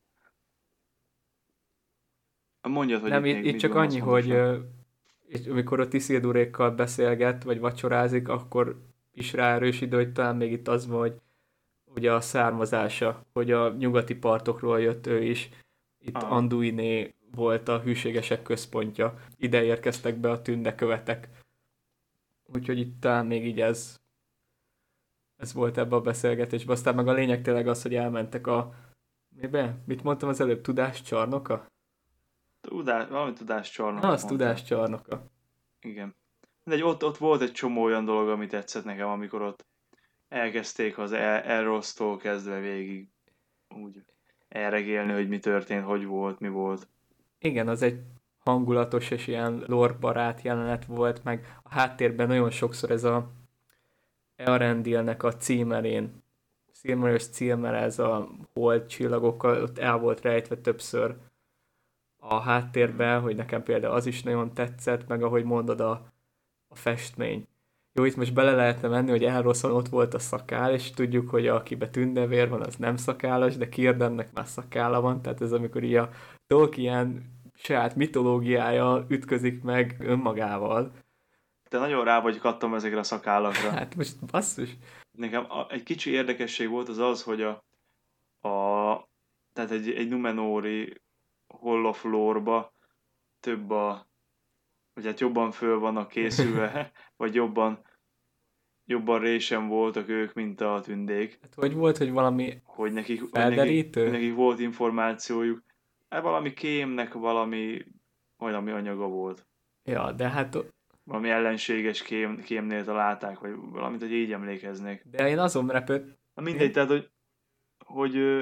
mondjad, hogy Nem, itt itt, még itt mit csak gondolsz annyi, hogy fontosan. ö, és amikor ott Isildurékkal beszélget, vagy vacsorázik, akkor is ráerősít, hogy talán még itt az van, hogy ugye a származása, hogy a nyugati partokról jött ő is. Itt Aha. Anduiné volt a hűségesek központja. Ide érkeztek be a tündekövetek. Úgyhogy itt talán még így ez, ez volt ebbe a beszélgetésben. Aztán meg a lényeg tényleg az, hogy elmentek a... Mibe? Mit mondtam az előbb? Tudáscsarnoka? Tudás, valami Na, tudáscsarnokot az mondtál. tudáscsarnoka. Igen. De ott, ott volt egy csomó olyan dolog, ami tetszett nekem, amikor ott elkezdték az El- Elrosztól kezdve végig úgy elregélni, hogy mi történt, hogy volt, mi volt. Igen, az egy hangulatos és ilyen lore-barát jelenet volt, meg a háttérben nagyon sokszor ez a Earendilnek a címerén, Silmarils címer, ez a hold csillagokkal, ott el volt rejtve többször a háttérben, hogy nekem például az is nagyon tetszett, meg ahogy mondod a, a festmény. Jó, itt most bele lehetne menni, hogy Elroszon ott volt a szakál, és tudjuk, hogy akibe tündevér van, az nem szakállas, de Círdannek már szakála van, tehát ez amikor így a Tolkien saját mitológiája ütközik meg önmagával. Te nagyon rá vagy kattam ezekre a szakállakra. Hát most basszus. Nekem a, egy kicsi érdekesség volt az az, hogy a, a tehát egy, egy Numenóri Hall of Lore-ba több a vagy hát jobban föl vannak készülve, vagy jobban, jobban résen voltak ők, mint a tündék. Hát hogy volt, hogy valami Hogy nekik, hogy nekik, hogy felderítő? nekik volt információjuk. Hát valami kémnek valami, valami anyaga volt. Ja, de hát, Valami ellenséges kém, kémnél találták, vagy valamit, hogy így emlékeznék. de én azon repült, Na mindegy, tehát, hogy, hogy ö,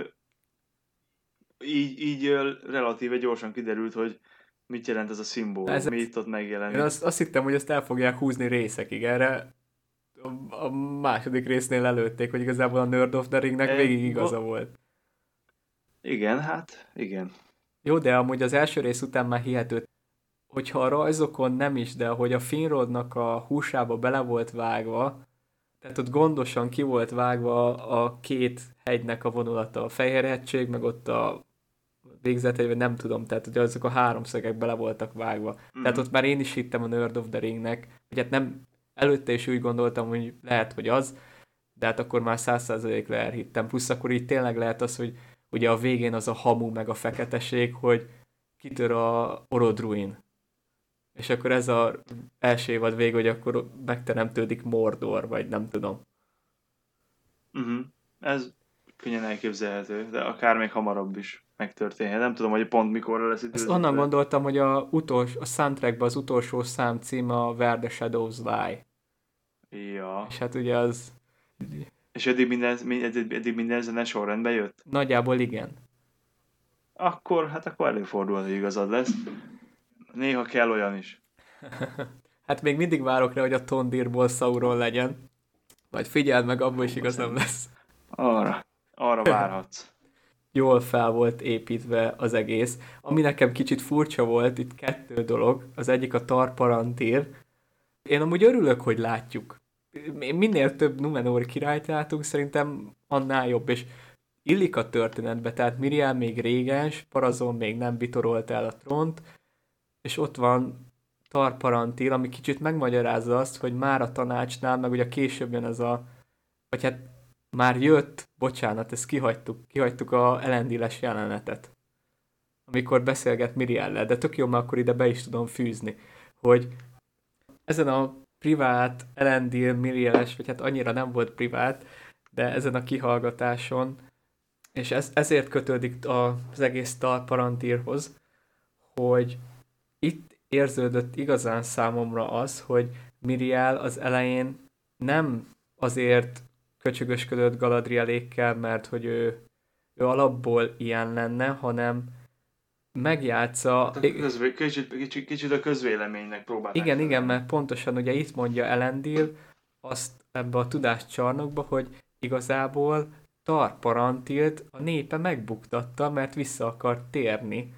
így, így ö, relatíve gyorsan kiderült, hogy mit jelent ez a szimbólum, ez, mi itt ott én megjelenik. azt, azt hittem, hogy ezt el fogják húzni részekig, erre a, a második résznél előtték, hogy igazából a Nerd of the Ringnek E, végig igaza va- volt. igen, hát igen. Jó, de amúgy az első rész után már hihető, hogyha a rajzokon nem is, de hogy a Finrodnak a húsába bele volt vágva, tehát ott gondosan ki volt vágva a két hegynek a vonulata, a Fehérhegység, meg ott a végzetegy, vagy nem tudom, tehát hogy azok a háromszögek bele voltak vágva. Mm. Tehát Mhm. ott már én is hittem a Nerd of the Ringnek, hogy hát nem, előtte is úgy gondoltam, hogy lehet, hogy az, de hát akkor már száz százalékra elhittem. Plusz akkor így tényleg lehet az, hogy ugye a végén az a hamu meg a feketeség, hogy kitör a Orodruin. És akkor ez az első évad vég, hogy akkor megteremtődik Mordor, vagy nem tudom. Uh-huh. Ez könnyen elképzelhető, de akár még hamarabb is megtörténhet. Nem tudom, hogy pont mikorra lesz Ezt időzítve. onnan gondoltam, hogy a, utolsó, a soundtrackban az utolsó szám címe a Where the Shadows Lie. Ja. És hát ugye az És eddig minden, eddig, eddig minden zene sorrendben jött? nagyjából igen. Akkor, hát akkor előfordul, hogy igazad lesz. Néha kell olyan is. Hát még mindig várok rá, hogy a Tondirból Sauron legyen. Majd figyeld meg, abból is igazam lesz. Arra. Arra várhatsz. Jól fel volt építve az egész. Ami nekem kicsit furcsa volt, itt kettő dolog. Az egyik a Tar Palantir. Én amúgy örülök, hogy látjuk. Minél több Numenóri királyt látunk, szerintem annál jobb, és illik a történetbe, tehát Miriel még régens, Parazon még nem vitorolt el a trónt, és ott van Tar Palantir, ami kicsit megmagyarázza azt, hogy már a tanácsnál, meg ugye később jön ez a, vagy hát már jött, bocsánat, ezt kihagytuk, kihagytuk a Elendiles jelenetet, amikor beszélget Miriellel, de tök jó, mert akkor ide be is tudom fűzni, hogy ezen a privát Elendil Mirieles, vagy hát annyira nem volt privát, de ezen a kihallgatáson, és ez, ezért kötődik az egész Tar Parantírhoz, hogy itt érződött igazán számomra az, hogy Miriel az elején nem azért köcsögösködött Galadrielékkel, mert hogy ő, ő alapból ilyen lenne, hanem megjátsza... A közvé, kicsit, kicsit, kicsit a közvéleménynek próbálták. Igen, fel. igen, mert pontosan ugye itt mondja Elendil azt ebbe a tudáscsarnokba, hogy igazából Tar Parantilt a népe megbuktatta, mert vissza akart térni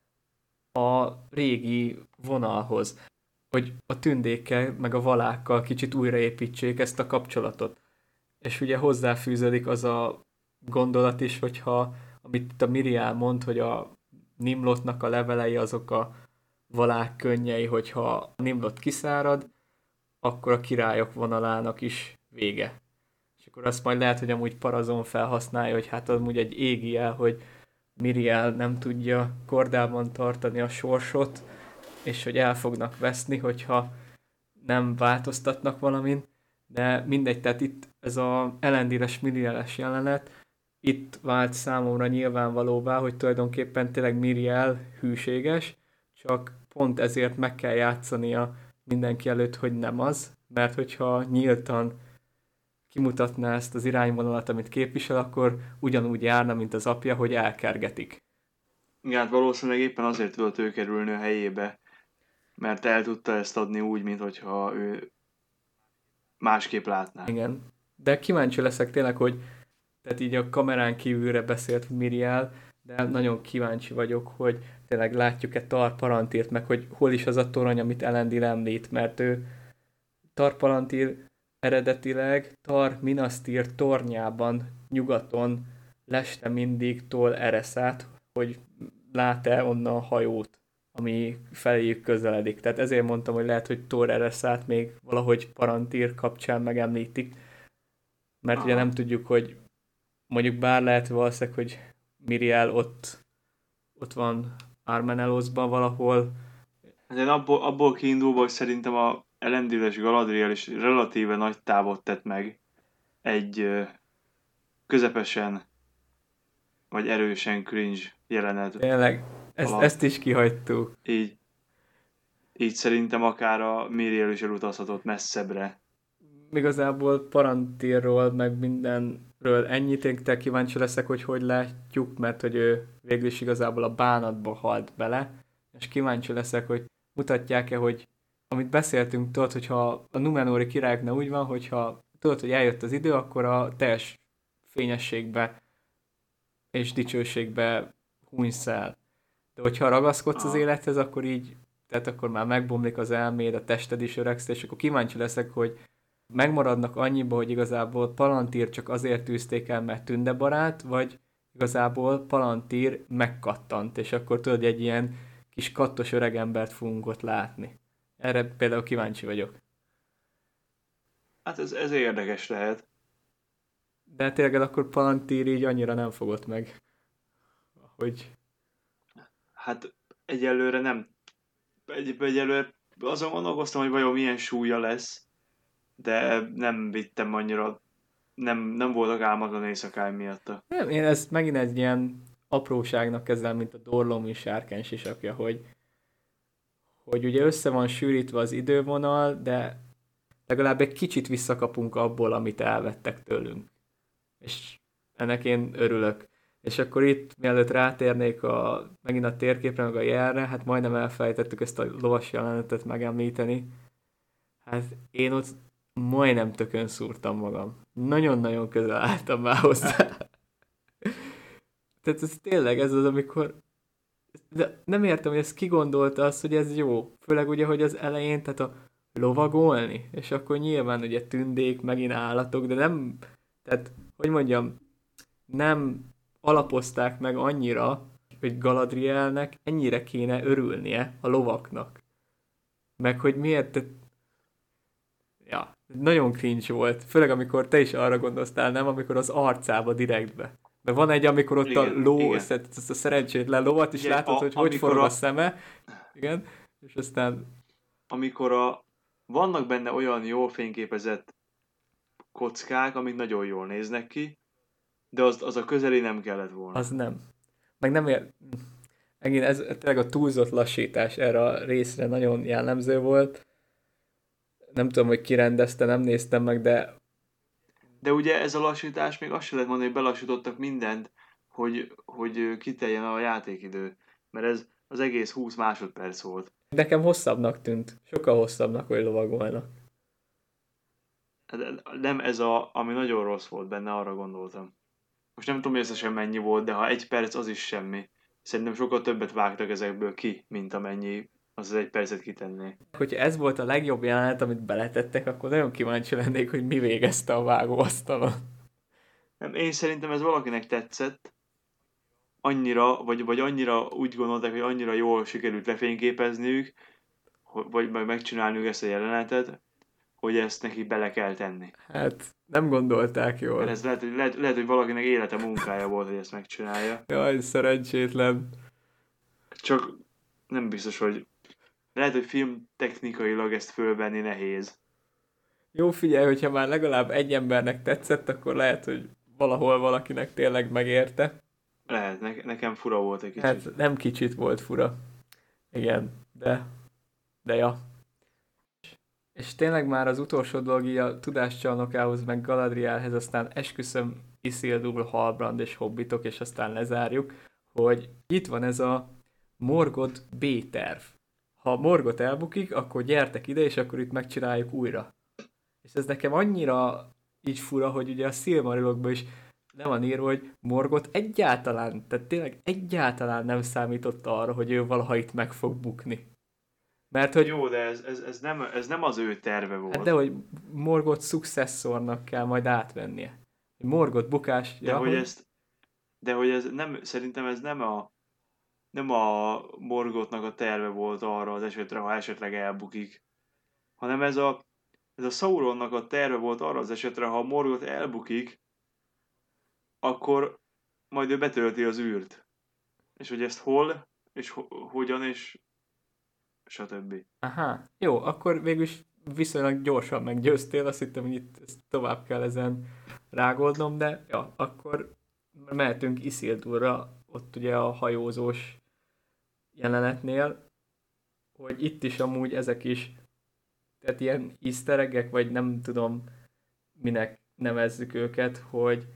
a régi vonalhoz, hogy a tündékkel meg a valákkal kicsit újraépítsék ezt a kapcsolatot. És ugye hozzáfűződik az a gondolat is, hogyha, amit itt a Miriel mond, hogy a Nimlotnak a levelei azok a valák könnyei, hogyha a Nimlot kiszárad, akkor a királyok vonalának is vége. És akkor azt majd lehet, hogy amúgy Parazon felhasználja, hogy hát amúgy egy égi jel, hogy Miriel nem tudja kordában tartani a sorsot, és hogy el fognak veszni, hogyha nem változtatnak valamin, de mindegy, tehát itt ez a Elendires Mirieles jelenet, itt vált számomra nyilvánvalóvá, hogy tulajdonképpen tényleg Miriel hűséges, csak pont ezért meg kell játszania mindenki előtt, hogy nem az, mert hogyha nyíltan kimutatná ezt az irányvonalat, amit képvisel, akkor ugyanúgy járna, mint az apja, hogy elkergetik. Igen, hát valószínűleg éppen azért tudott ő kerülni a helyébe, mert el tudta ezt adni úgy, mintha ő másképp látná. Igen. De kíváncsi leszek tényleg, hogy tehát így a kamerán kívülre beszélt Miriel, de nagyon kíváncsi vagyok, hogy tényleg látjuk-e Tar Palantírt, meg hogy hol is az a torony, amit Elendil említ, mert ő Tar Palantír eredetileg Tar Minasztír tornyában nyugaton leste mindig tol Ereszát, hogy lát-e onnan a hajót, ami feléjük közeledik. Tehát ezért mondtam, hogy lehet, hogy Tor Ereszát még valahogy Palantír kapcsán megemlítik, mert Aha. ugye nem tudjuk, hogy mondjuk bár lehet valószínűleg, hogy Miriel ott, ott van Armenelosban valahol, De abból, abból kiindulva, hogy szerintem a Elendil és Galadriel is relatíve nagy távot tett meg egy ö, közepesen vagy erősen cringe jelenet Tényleg, ezt, ezt alatt. is kihagytuk. Így, így szerintem akár a Miriel is elutazhatott messzebbre. Igazából Palantirról, meg mindenről ennyit, én te kíváncsi leszek, hogy hogy látjuk, mert hogy ő végül is igazából a bánatba halt bele, és kíváncsi leszek, hogy mutatják-e, hogy amit beszéltünk, tudod, hogyha a Numenóri királyoknál úgy van, hogyha tudod, hogy eljött az idő, akkor a teljes fényességbe és dicsőségbe hunysz el. De hogyha ragaszkodsz az Aha. élethez, akkor így, tehát akkor már megbomlik az elméd, a tested is öregszik, és akkor kíváncsi leszek, hogy megmaradnak annyiba, hogy igazából Palantír csak azért tűzték el, mert Tünde barát, vagy igazából Palantír megkattant, és akkor tudod, egy ilyen kis kattos öregembert fogunk ott látni. Erre például kíváncsi vagyok. Hát ez, ez érdekes lehet. De tényleg akkor Palantír így annyira nem fogott meg, hogy Hát egyelőre nem. Egy, egyelőre azon gondolkoztam, hogy vajon milyen súlya lesz, de nem vittem annyira, nem, nem voltak álmatlan éjszakáim miatta. nem, én ezt megint egy ilyen apróságnak kezelem, mint a Dorlomi sárkány sisakja, hogy, hogy ugye össze van sűrítve az idővonal, de legalább egy kicsit visszakapunk abból, amit elvettek tőlünk. És ennek én örülök. És akkor itt, mielőtt rátérnék a, megint a térképre, meg a jelre, hát majdnem elfelejtettük ezt a lovas jelenetet megemlíteni. Hát én ott majdnem tökön szúrtam magam. Nagyon-nagyon közel álltam már hozzá. Tehát ez tényleg ez az, amikor de nem értem, hogy ezt kigondolta azt, hogy ez jó. Főleg ugye, hogy az elején, tehát a lovagolni, és akkor nyilván ugye tündék, megint állatok, de nem, tehát, hogy mondjam, nem alapozták meg annyira, hogy Galadrielnek ennyire kéne örülnie a lovaknak. Meg hogy miért, tehát, ja, nagyon cringe volt. Főleg amikor te is arra gondoltál, nem? Amikor az arcába direktbe. Mert van egy, amikor ott a Igen, ló, igen. ezt a szerencsétlen lovat is Ugye, látod, a, hogy hogy amikor forog a a, szeme, igen, és aztán, amikor a, vannak benne olyan jól fényképezett kockák, amik nagyon jól néznek ki, de az, az a közeli nem kellett az volna. nem. Meg nem ér... Megint ez tényleg a túlzott lassítás erre a részre nagyon jellemző volt. Nem tudom, hogy ki rendezte, nem néztem meg, de De ugye ez a lassítás, még azt sem lehet mondani, hogy belassítottak mindent, hogy, hogy kiteljen a játékidő. Mert ez az egész húsz másodperc volt. nekem hosszabbnak tűnt. Sokkal hosszabbnak, hogy lovagolnak. Hát nem ez a, ami nagyon rossz volt benne, arra gondoltam. Most nem tudom összesen mennyi volt, de ha egy perc, az is semmi. Szerintem sokkal többet vágtak ezekből ki, mint amennyi az, az egy percet kitenné. Hogyha ez volt a legjobb jelenet, amit beletettek, akkor nagyon kíváncsi lennék, hogy mi végezte a vágóasztalon. Nem, én szerintem ez valakinek tetszett, annyira, vagy, vagy annyira úgy gondolták, hogy annyira jól sikerült lefényképezniük, hogy- vagy meg megcsinálniuk ezt a jelenetet, hogy ezt neki bele kell tenni. Hát nem gondolták Mert jól. ez lehet, hogy, lehet, lehet, hogy valakinek élete munkája volt, hogy ezt megcsinálja. Jaj, szerencsétlen. Csak nem biztos, hogy lehet, hogy film technikailag ezt fölvenni nehéz. Jó, figyelj, hogyha már legalább egy embernek tetszett, akkor lehet, hogy valahol valakinek tényleg megérte. Lehet, ne, nekem fura volt egy kicsit. Hát nem kicsit volt fura. Igen, de, de ja. És tényleg már az utolsó dolog így a tudáscsarnokához, meg Galadrielhez, aztán esküszöm Isildur, Halbrand és Hobbitok, és aztán lezárjuk, hogy itt van ez a Morgoth B-terv. Ha Morgoth elbukik, akkor gyertek ide, és akkor itt megcsináljuk újra. És ez nekem annyira így fura, hogy ugye a Silmarilokban is le van írva, hogy Morgoth egyáltalán, tehát tényleg egyáltalán nem számított arra, hogy ő valaha itt meg fog bukni. Mert hogy, Jó, de ez, ez, ez, nem, ez nem az ő terve hát volt. de hogy Morgoth szucesszornak kell majd átvennie. Morgoth bukás, De ja, hogy hogy ezt, de hogy ez nem, szerintem ez nem a, nem a Morgothnak a terve volt arra az esetre, ha esetleg elbukik, hanem ez a, ez a Sauronnak a terve volt arra az esetre, ha Morgoth elbukik, akkor majd ő betölti az űrt. És hogy ezt hol, és ho- hogyan, és stb. Aha, jó, akkor végülis viszonylag gyorsan meggyőztél, azt hittem, hogy itt ezt tovább kell ezen rágódnom, de ja, akkor mehetünk Isildurra, ott ugye a hajózós jelenetnél, hogy itt is amúgy ezek is, tehát ilyen easter egg-ek, vagy nem tudom minek nevezzük őket, hogy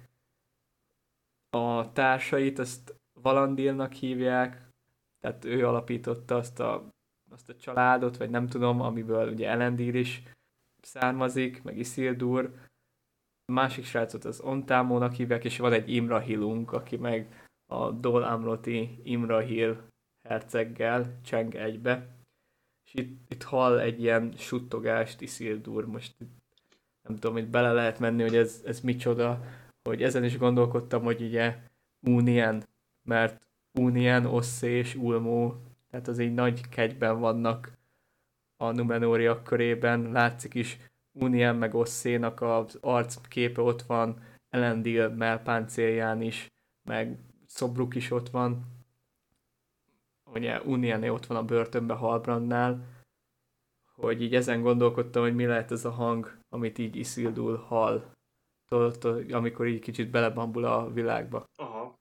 a társait azt Valandilnak hívják, tehát ő alapította azt a, azt a családot, vagy nem tudom, amiből ugye Elendil is származik, meg Isildur. A másik srácot az Ontámónak hívják, és van egy Imrahilunk, aki meg a Dol Amroti Imrahil herceggel cseng egybe. És itt, itt hall egy ilyen suttogást Isildur, most nem tudom, hogy bele lehet menni, hogy ez, ez micsoda, hogy ezen is gondolkodtam, hogy ugye Únien, mert Únien, Osszé és Ulmó, tehát az így nagy kegyben vannak a Numenóriak körében, látszik is Únien meg Osszénak az arcképe ott van, Elendil mellpáncélján is, meg szobruk is ott van, ugye Úniené ott van a börtönbe Halbrandnál, hogy így ezen gondolkodtam, hogy mi lehet ez a hang, amit így Isildur hall, amikor így kicsit belebambul a világba. Aha.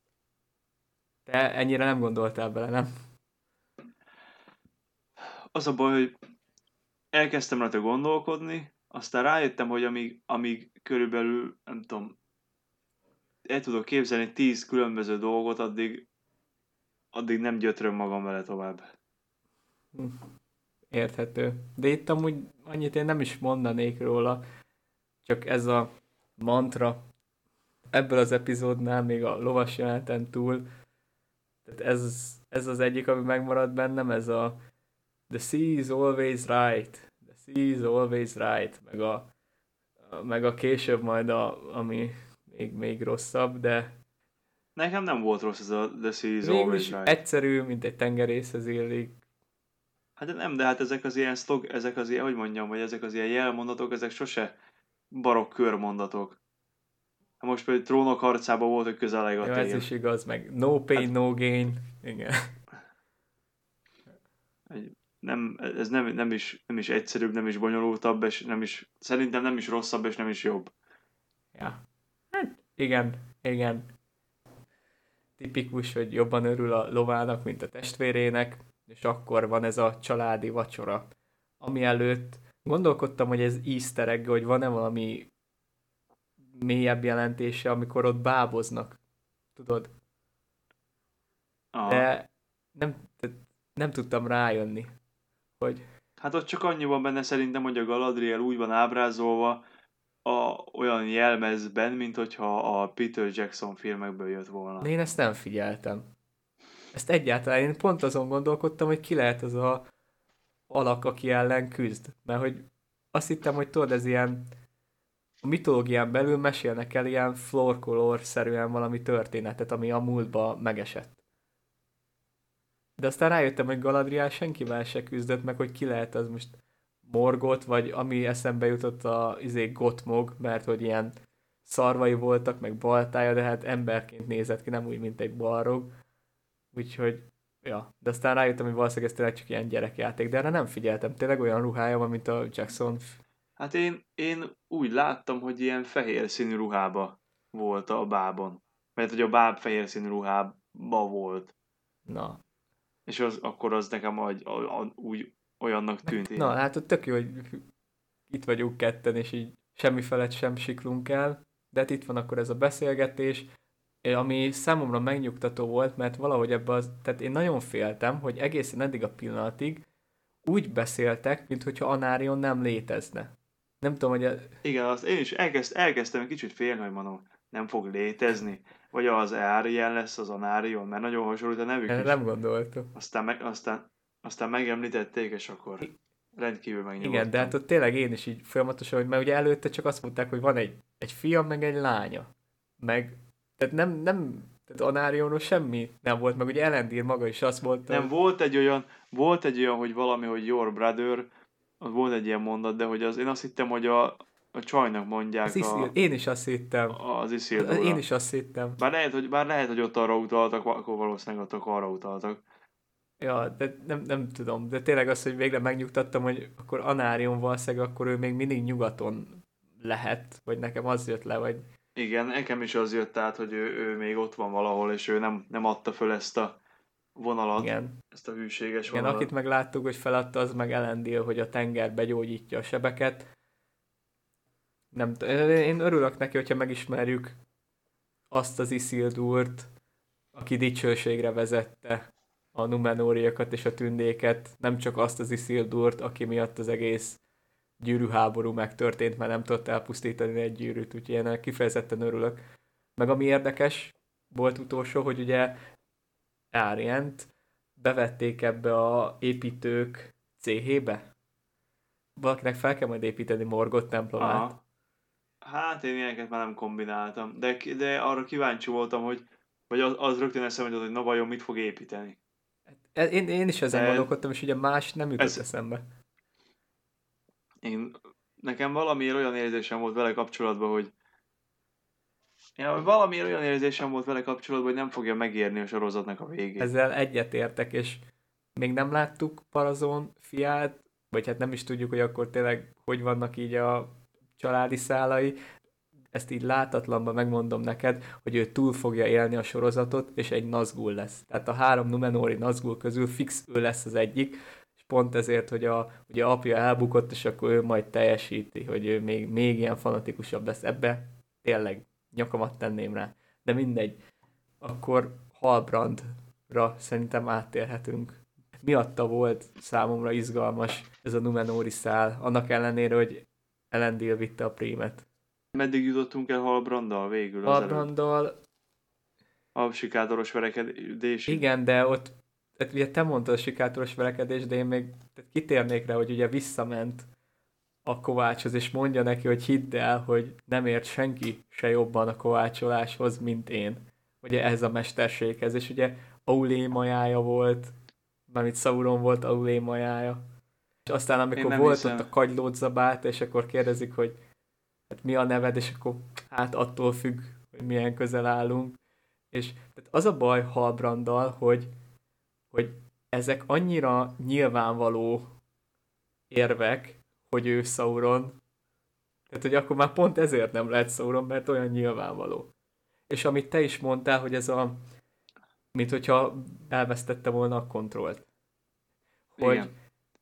Te ennyire nem gondoltál bele, nem? Az a baj, hogy elkezdtem rajta gondolkodni, aztán rájöttem, hogy amíg, amíg körülbelül, nem tudom, el tudok képzelni tíz különböző dolgot, addig, addig nem gyötröm magam vele tovább. Hm. Érthető. De itt amúgy annyit én nem is mondanék róla, csak ez a mantra ebből az epizódnál, még a lovas jeleneten túl, tehát ez, ez az egyik, ami megmaradt bennem, ez a The sea is always right, the sea is always right, meg a, meg a később majd a, ami még, még rosszabb, de Nekem nem volt rossz ez a The sea is végül always is right. egyszerű, mint egy tengerészhez illik. Hát de nem, de hát ezek az ilyen szlog, ezek az ilyen, hogy mondjam, vagy ezek az ilyen jelmondatok, ezek sose barokk körmondatok. Hát most például Trónok harcában volt, hogy közeleg a Jó, tél. ez is igaz, meg no pain, Hát- no gain. Igen. Egy- Nem, ez nem, nem, is, nem is egyszerűbb, nem is bonyolultabb, és nem is, szerintem nem is rosszabb, és nem is jobb. Ja. Hát, igen, igen. Tipikus, hogy jobban örül a lovának, mint a testvérének, és akkor van ez a családi vacsora. Ami előtt gondolkodtam, hogy ez easter egg, hogy van-e valami mélyebb jelentése, amikor ott báboznak. Tudod? Aha. De nem, tehát nem tudtam rájönni, hogy Hát ott csak annyi van benne szerintem, hogy a Galadriel úgy van ábrázolva a, olyan jelmezben, mint hogyha a Peter Jackson filmekből jött volna. de én ezt nem figyeltem. Ezt egyáltalán, én pont azon gondolkodtam, hogy ki lehet az a alak, aki ellen küzd. Mert hogy azt hittem, hogy tudod, ez ilyen a mitológián belül mesélnek el ilyen folklore-szerűen valami történetet, ami a múltba megesett. De aztán rájöttem, hogy Galadriel senkivel se küzdött meg, hogy ki lehet az most Morgoth, vagy ami eszembe jutott a izé Gottmog, mert hogy ilyen szarvai voltak, meg baltája, de hát emberként nézett ki, nem úgy, mint egy balrog. Úgyhogy, ja. De aztán rájöttem, hogy valószínűleg ez tényleg csak ilyen gyerekjáték, de erre nem figyeltem. Tényleg olyan ruhája van, mint a Jackson. Hát én, én úgy láttam, hogy ilyen fehér színű ruhába volt a bábon. Mert hogy a báb fehér színű ruhába volt. Na. És az, akkor az nekem a, a, a, úgy olyannak tűnt. Na, hát ott tök jó, hogy itt vagyunk ketten, és így semmi felett sem siklunk el. De hát itt van akkor ez a beszélgetés, ami számomra megnyugtató volt, mert valahogy ebbe az, tehát én nagyon féltem, hogy egészen eddig a pillanatig úgy beszéltek, mintha Anarion nem létezne. Nem tudom, hogy... A... Igen, azt én is elkezd, elkezdtem egy kicsit félni, hogy mondom, nem fog létezni. Vagy az Arien lesz az Anarion, mert nagyon hasonlít a nevük is. Nem gondoltam. Aztán, meg, aztán, aztán megemlítették, és akkor rendkívül megnyugodtam. Igen, de hát ott tényleg én is így folyamatosan, hogy mert ugye előtte csak azt mondták, hogy van egy, egy fiam, meg egy lánya. Meg, tehát nem, nem, tehát Anarionról semmi nem volt, meg ugye Elendil maga is azt mondta. Nem, volt egy olyan, volt egy olyan, hogy valami, hogy your brother, az volt egy ilyen mondat, de hogy az, én azt hittem, hogy a, a csajnak mondják az Isil, a, én is azt hittem. az Isildurra. Én is azt hittem. Bár lehet, hogy, bár lehet, hogy ott arra utaltak, akkor valószínűleg ott arra utaltak. Ja, de nem, nem tudom, de tényleg az, hogy végre megnyugtattam, hogy akkor Anárion valószínűleg akkor ő még mindig nyugaton lehet, vagy nekem az jött le, vagy Igen, nekem is az jött át, hogy ő, ő még ott van valahol, és ő nem, nem adta föl ezt a vonalat, igen. ezt a hűséges Igen, akit vonalat. meg láttuk, hogy feladta, az meg Elendil, hogy a tenger begyógyítja a sebeket. Nem t- én örülök neki, hogyha megismerjük azt az Isildurt, aki dicsőségre vezette a Numenóriakat és a tündéket, nem csak azt az Isildurt, aki miatt az egész gyűrűháború megtörtént, mert nem tudott elpusztítani egy gyűrűt, úgyhogy én ennek kifejezetten örülök. Meg ami érdekes volt utolsó, hogy ugye Árient bevették ebbe a építők céhébe. Valakinek fel kell majd építeni Morgoth templomát. Aha. Hát én ilyeneket már nem kombináltam, de, de arra kíváncsi voltam, hogy vagy az, az rögtön eszembe jutott, hogy na vajon mit fog építeni. Én, én is ezen De gondolkodtam, és ugye más nem jutott ez, eszembe. én, nekem valami olyan érzésem volt vele kapcsolatban, hogy ja, valami olyan érzésem volt vele kapcsolatban, hogy nem fogja megérni a sorozatnak a végét. Ezzel egyetértek, és még nem láttuk Parazon fiát, vagy hát nem is tudjuk, hogy akkor tényleg hogy vannak így a családi szálai. Ezt így látatlanban megmondom neked, hogy ő túl fogja élni a sorozatot, és egy Nazgul lesz. Tehát a három Numenóri Nazgul közül fix ő lesz az egyik, és pont ezért, hogy a, ugye apja elbukott, és akkor ő majd teljesíti, hogy ő még, még ilyen fanatikusabb lesz. Ebbe tényleg nyakamat tenném rá. De mindegy. Akkor Halbrandra szerintem áttérhetünk. Miatta volt számomra izgalmas ez a Numenóri szál, annak ellenére, hogy Elendil vitte a prímet. Meddig jutottunk el Halbranddal végül az előtt? Halbranddal, A sikátoros verekedésig? igen, de ott, tehát ugye te mondtad a sikátoros verekedés, de én még tehát kitérnék rá, hogy ugye visszament a kovácshoz, és mondja neki, hogy hidd el, hogy nem ért senki se jobban a kovácsoláshoz, mint én. Ugye ez a mesterséghez, és ugye Aulé majája volt, mármint Sauron volt Aulé majája. És aztán amikor volt hiszem. ott a kagylót zabát, és akkor kérdezik, hogy hát mi a neved, és akkor hát attól függ, hogy milyen közel állunk. És tehát az a baj Halbranddal, hogy, hogy ezek annyira nyilvánvaló érvek, hogy ő Sauron, tehát hogy akkor már pont ezért nem lehet Sauron, mert olyan nyilvánvaló. És amit te is mondtál, hogy ez a, mint hogyha elvesztette volna a kontrollt. Hogy Igen.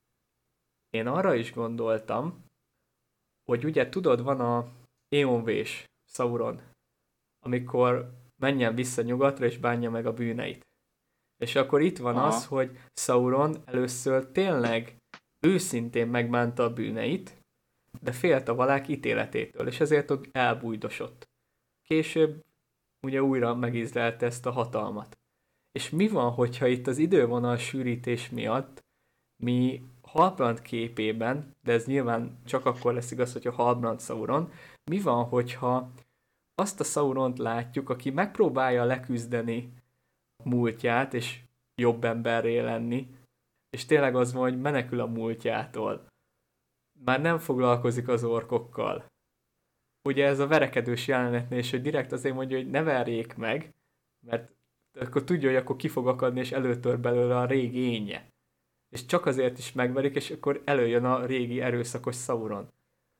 én arra is gondoltam, hogy ugye tudod, van a éonvés Sauron, amikor menjen vissza nyugatra és bánja meg a bűneit. És akkor itt van Aha. az, hogy Sauron először tényleg őszintén megbánta a bűneit, de félt a valák ítéletétől, és ezért ott elbújdosott. Később ugye újra megízlelte ezt a hatalmat. És mi van, hogyha itt az idővonal sűrítés miatt mi Halbrand képében, de ez nyilván csak akkor lesz igaz, hogyha Halbrand Sauron, mi van, hogyha azt a Sauront látjuk, aki megpróbálja leküzdeni múltját, és jobb emberré lenni, és tényleg az van, hogy menekül a múltjától. Már nem foglalkozik az orkokkal. Ugye ez a verekedős jelenetnél is, hogy direkt azért mondja, hogy ne verjék meg, mert akkor tudja, hogy akkor ki fog akadni, és előtör belőle a régi énje. És csak azért is megverik, és akkor előjön a régi erőszakos Sauron.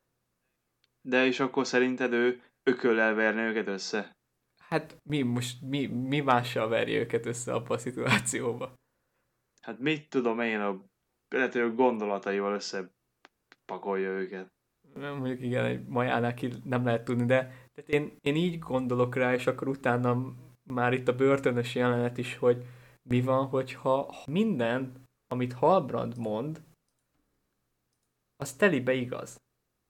De és akkor szerinted ő ököllel verne őket össze? Hát mi most, mi, mi mással verje őket össze abba a szituációba? Hát mit tudom én, a lehet, hogy a gondolataival összepakolja őket. Nem, mondjuk igen, egy majánál ki nem lehet tudni, de tehát én, én így gondolok rá, és akkor utána már itt a börtönös jelenet is, hogy mi van, hogyha minden, amit Halbrand mond, az telibe igaz.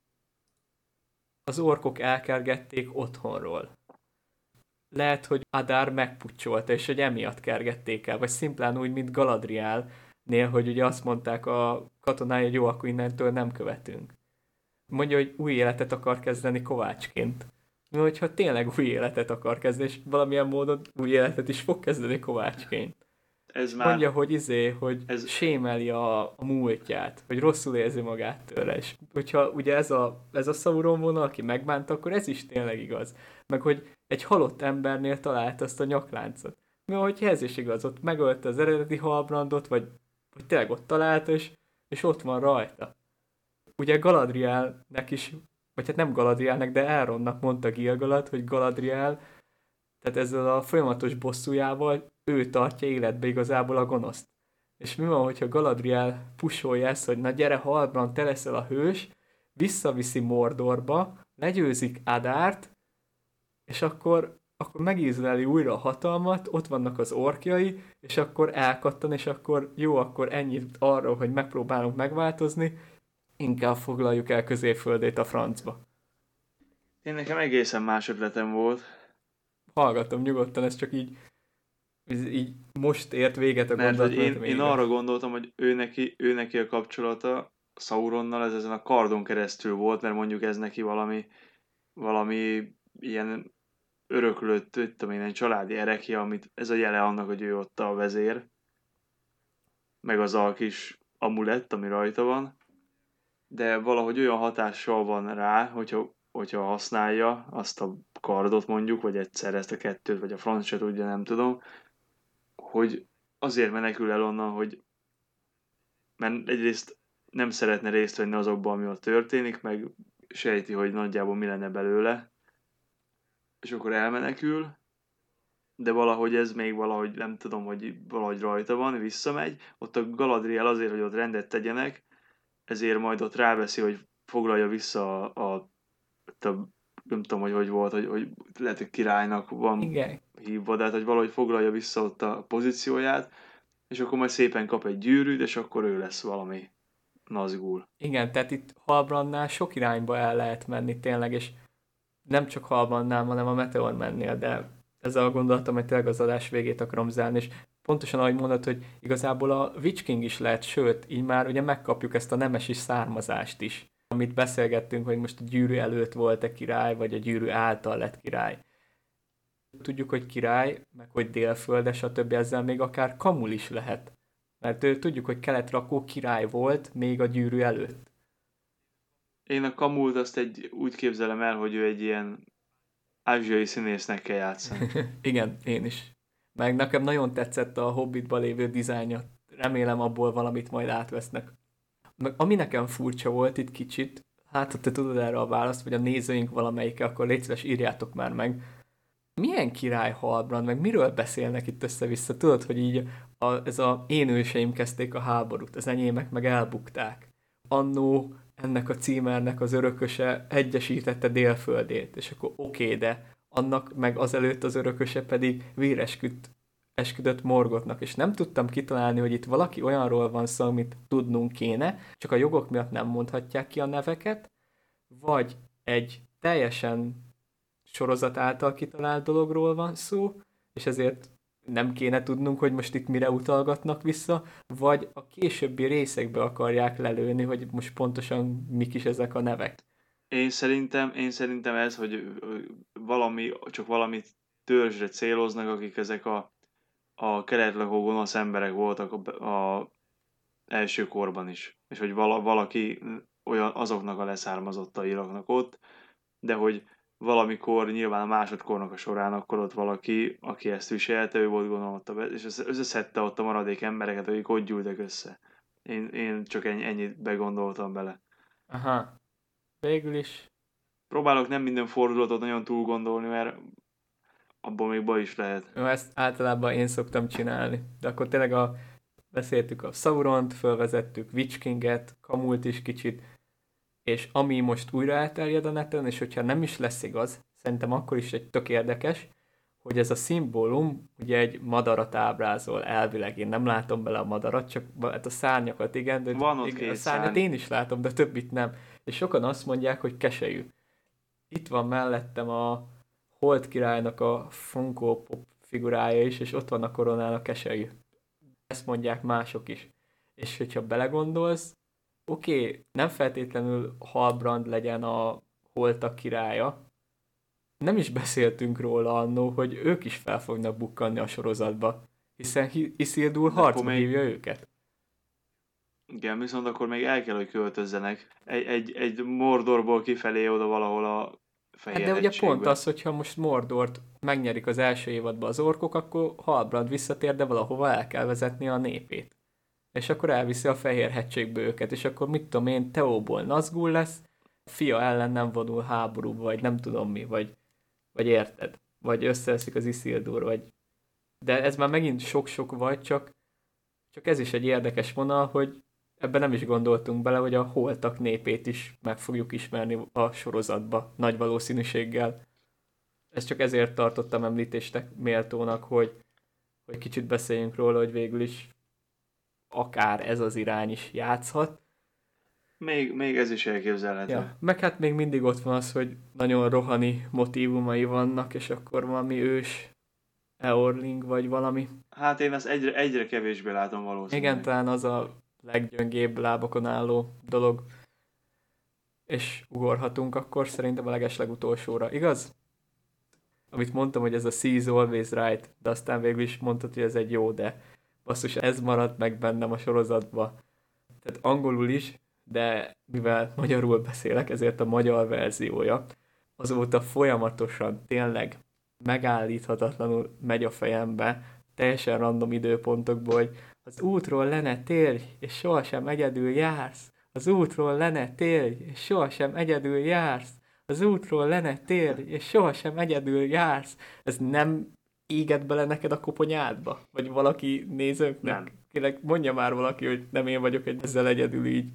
Az orkok elkergették otthonról. Lehet, hogy Adár megpucsolta, és hogy emiatt kergették el, vagy szimplán úgy, mint Galadrielnél, hogy ugye azt mondták a katonái, hogy jó, akkor innentől nem követünk. Mondja, hogy új életet akar kezdeni kovácsként. Mi, hogyha tényleg új életet akar kezdeni, és valamilyen módon új életet is fog kezdeni kovácsként. Ez már... Mondja, hogy izé, hogy ez... sémeli a, a múltját, hogy rosszul érzi magát tőle, és hogyha ugye ez a, ez a Sauron vonal, aki megbánta, akkor ez is tényleg igaz. Meg, hogy egy halott embernél talált azt a nyakláncot. Mert hogyha ez is igaz, ott megölte az eredeti Halbrandot, vagy, vagy tényleg ott találta, és, és ott van rajta. Ugye Galadrielnek is, vagy hát nem Galadrielnek, de Elrondnak mondta Gil-galad, hogy Galadriel, tehát ezzel a folyamatos bosszújával ő tartja életbe igazából a gonoszt. És mi van, hogyha Galadriel pusolja ezt, hogy na gyere Halbrand, te leszel a hős, visszaviszi Mordorba, legyőzik Adárt, és akkor, akkor megízleli újra a hatalmat, ott vannak az orkjai, és akkor elkattan, és akkor jó, akkor ennyit arról, hogy megpróbálunk megváltozni, inkább foglaljuk el Középföldét a francba. Én nekem egészen más ötletem volt. Hallgatom nyugodtan, ez csak így, ez így most ért véget a Mert gondolat. hogy én, én arra gondoltam, hogy ő neki, ő neki a kapcsolata Sauronnal ez ezen a kardon keresztül volt, mert mondjuk ez neki valami, valami ilyen öröklött, tudom én, egy családi erekje, amit ez a jele annak, hogy ő ott a vezér, meg az a kis amulett, ami rajta van, de valahogy olyan hatással van rá, hogyha, hogyha használja azt a kardot mondjuk, vagy egyszer ezt a kettőt, vagy a franc se tudja, nem tudom, hogy azért menekül el onnan, hogy mert egyrészt nem szeretne részt venni azokban, ami ott történik, meg sejti, hogy nagyjából mi lenne belőle, és akkor elmenekül, de valahogy ez még valahogy, nem tudom, hogy valahogy rajta van, visszamegy, ott a Galadriel azért, hogy ott rendet tegyenek, ezért majd ott ráveszi, hogy foglalja vissza a, a, a nem tudom, hogy hogy volt, hogy, hogy lehet, hogy királynak van Igen. hívva, de hát, hogy valahogy foglalja vissza ott a pozícióját, és akkor majd szépen kap egy gyűrűt, és akkor ő lesz valami Nazgul. Igen, tehát itt Halbrandnál sok irányba el lehet menni tényleg, és nem csak Halbrandnál, hanem a Meteor mennél, de ezzel a gondolatom, hogy tényleg az adás végét akarom zárni, és pontosan ahogy mondod, hogy igazából a Witch King is lehet, sőt, így már ugye megkapjuk ezt a nemesi származást is, amit beszélgettünk, hogy most a gyűrű előtt volt-e király, vagy a gyűrű által lett király. Tudjuk, hogy király, meg hogy délföldes, stb. Ezzel még akár Kamul is lehet. Mert ő, tudjuk, hogy Keletrakó király volt még a gyűrű előtt. Én a Kamult azt egy, úgy képzelem el, hogy ő egy ilyen ázsiai színésznek kell játszani. Igen, én is. Meg nekem nagyon tetszett a Hobbitban lévő dizájnja. Remélem abból valamit majd átvesznek. Meg ami nekem furcsa volt itt kicsit, hát ha te tudod erre a választ, vagy a nézőink valamelyike, akkor légy szíves, írjátok már meg. Milyen király Halbrand, meg miről beszélnek itt össze-vissza? Tudod, hogy így a, ez a én őseim kezdték a háborút, az enyémek meg elbukták. Annó ennek a címernek az örököse egyesítette Délföldét, és akkor oké, okay, de annak meg azelőtt az örököse pedig véresküdt esküdött Morgothnak, és nem tudtam kitalálni, hogy itt valaki olyanról van szó, amit tudnunk kéne, csak a jogok miatt nem mondhatják ki a neveket, vagy egy teljesen sorozat által kitalált dologról van szó, és ezért nem kéne tudnunk, hogy most itt mire utalgatnak vissza, vagy a későbbi részekbe akarják lelőni, hogy most pontosan mik is ezek a nevek. Én szerintem, én szerintem ez, hogy valami, csak valami törzsre céloznak, akik ezek a, a keletlakó gonosz emberek voltak a, a első korban is. És hogy vala, valaki olyan azoknak a leszármazottai laknak ott, de hogy valamikor nyilván a másodkornak a során akkor ott valaki, aki ezt viselte, ő volt gondolom ott, a, és összeszedte ott a maradék embereket, akik ott gyűltek össze. Én, én csak ennyi, ennyit begondoltam bele. Aha. Végül is. Próbálok nem minden fordulatot nagyon túl gondolni, mert abból még baj is lehet. Jó, ezt általában én szoktam csinálni. De akkor tényleg a, beszéltük a Sauront, fölvezettük Witch Kinget, Kamult is kicsit, és ami most újra elterjed a neten, és hogyha nem is lesz igaz, szerintem akkor is egy tök érdekes, hogy ez a szimbólum ugye egy madarat ábrázol elvileg. Én nem látom bele a madarat, csak hát a szárnyakat igen, de Van ott igen, két a szárnyat szárny. én is látom, de többit nem. És sokan azt mondják, hogy keselyű. Itt van mellettem a Holt királynak a Funko Pop figurája is, és ott van a koronán a keselyű. Ezt mondják mások is. És hogyha belegondolsz, oké, okay, nem feltétlenül Halbrand legyen a holtak királya, nem is beszéltünk róla annó, hogy ők is fel fognak bukkanni a sorozatba, hiszen Isildur harcba még... hívja őket. Igen, viszont akkor még el kell, hogy költözzenek. Egy, egy, egy Mordorból kifelé oda valahol a Hát de ugye pont az, hogyha most Mordort megnyerik az első évadban az orkok, akkor Halbrand visszatér, de valahova el kell vezetni a népét. És akkor elviszi a Fehér hegységből őket, és akkor mit tudom én, Teóból Nazgul lesz, fia ellen nem vonul háborúba, vagy nem tudom mi, vagy, vagy érted? Vagy összeveszik az Isildur, vagy... De ez már megint sok-sok vagy, csak, csak ez is egy érdekes vonal, hogy ebben nem is gondoltunk bele, hogy a holtak népét is meg fogjuk ismerni a sorozatba, nagy valószínűséggel. Ezt csak ezért tartottam említésnek méltónak, hogy, hogy kicsit beszéljünk róla, hogy végül is akár ez az irány is játszhat. Még, még ez is elképzelhető. Ja, meg hát még mindig ott van az, hogy nagyon rohani motívumai vannak, és akkor valami ős Eorling, vagy valami. Hát én ezt egyre, egyre kevésbé látom valószínűleg. Igen, talán az a leggyöngébb lábakon álló dolog. És ugorhatunk akkor szerintem a legeslegutolsóra, igaz? Amit mondtam, hogy ez a Seas Always Right, de aztán végül is mondtad, hogy ez egy jó, de basszus, ez maradt meg bennem a sorozatba. Tehát angolul is, de mivel magyarul beszélek, ezért a magyar verziója. Azóta folyamatosan, tényleg megállíthatatlanul megy a fejembe, teljesen random időpontokból, hogy az útról le ne térj, és sohasem egyedül jársz. Az útról le ne térj, és sohasem egyedül jársz. Az útról le ne térj, és sohasem egyedül jársz. Ez nem égett bele neked a koponyádba? Vagy valaki nézőknek? Nem. Kérlek, mondja már valaki, hogy nem én vagyok egy ezzel egyedül így.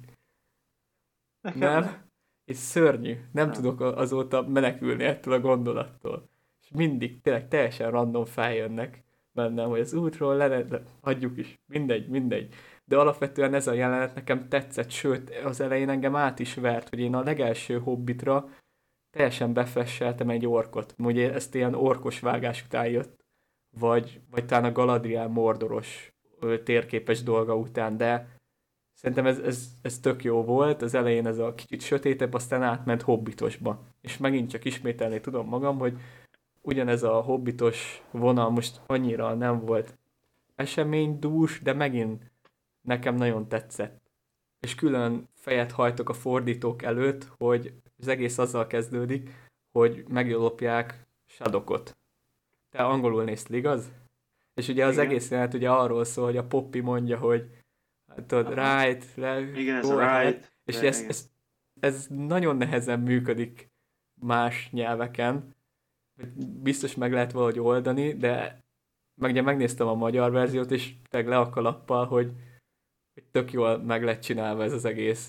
Nekem Nem? nem. És szörnyű. Nem, Nem. tudok azóta menekülni ettől a gondolattól. És mindig tényleg teljesen random feljönnek bennem, hogy az útról le, le hagyjuk is. Mindegy, mindegy. De alapvetően ez a jelenet nekem tetszett, sőt, az elején engem át is vert, hogy én a legelső Hobbitra teljesen befesseltem egy orkot. Ugye ezt ilyen orkos vágás után jött, vagy, vagy talán a Galadriel mordoros ö, térképes dolga után, de szerintem ez, ez, ez tök jó volt, az elején ez a kicsit sötétebb, aztán átment hobbitosba. És megint csak ismételni tudom magam, hogy ugyanez a hobbitos vonal most annyira nem volt eseménydús, de megint nekem nagyon tetszett. És külön fejet hajtok a fordítók előtt, hogy az egész azzal kezdődik, hogy meglopják Shadowkot. Te angolul nézted, igaz? És ugye az Igen. egész jelenet ugye arról szól, hogy a Poppy mondja, hogy hát tudod, right, right, Igen, ez go a ahead. right. És de ez, igen. ez, ez nagyon nehezen működik más nyelveken. Biztos meg lehet valahogy oldani, de meg ugye megnéztem a magyar verziót, és tényleg le a kalappal, hogy, hogy tök jól meg lett csinálva ez az egész.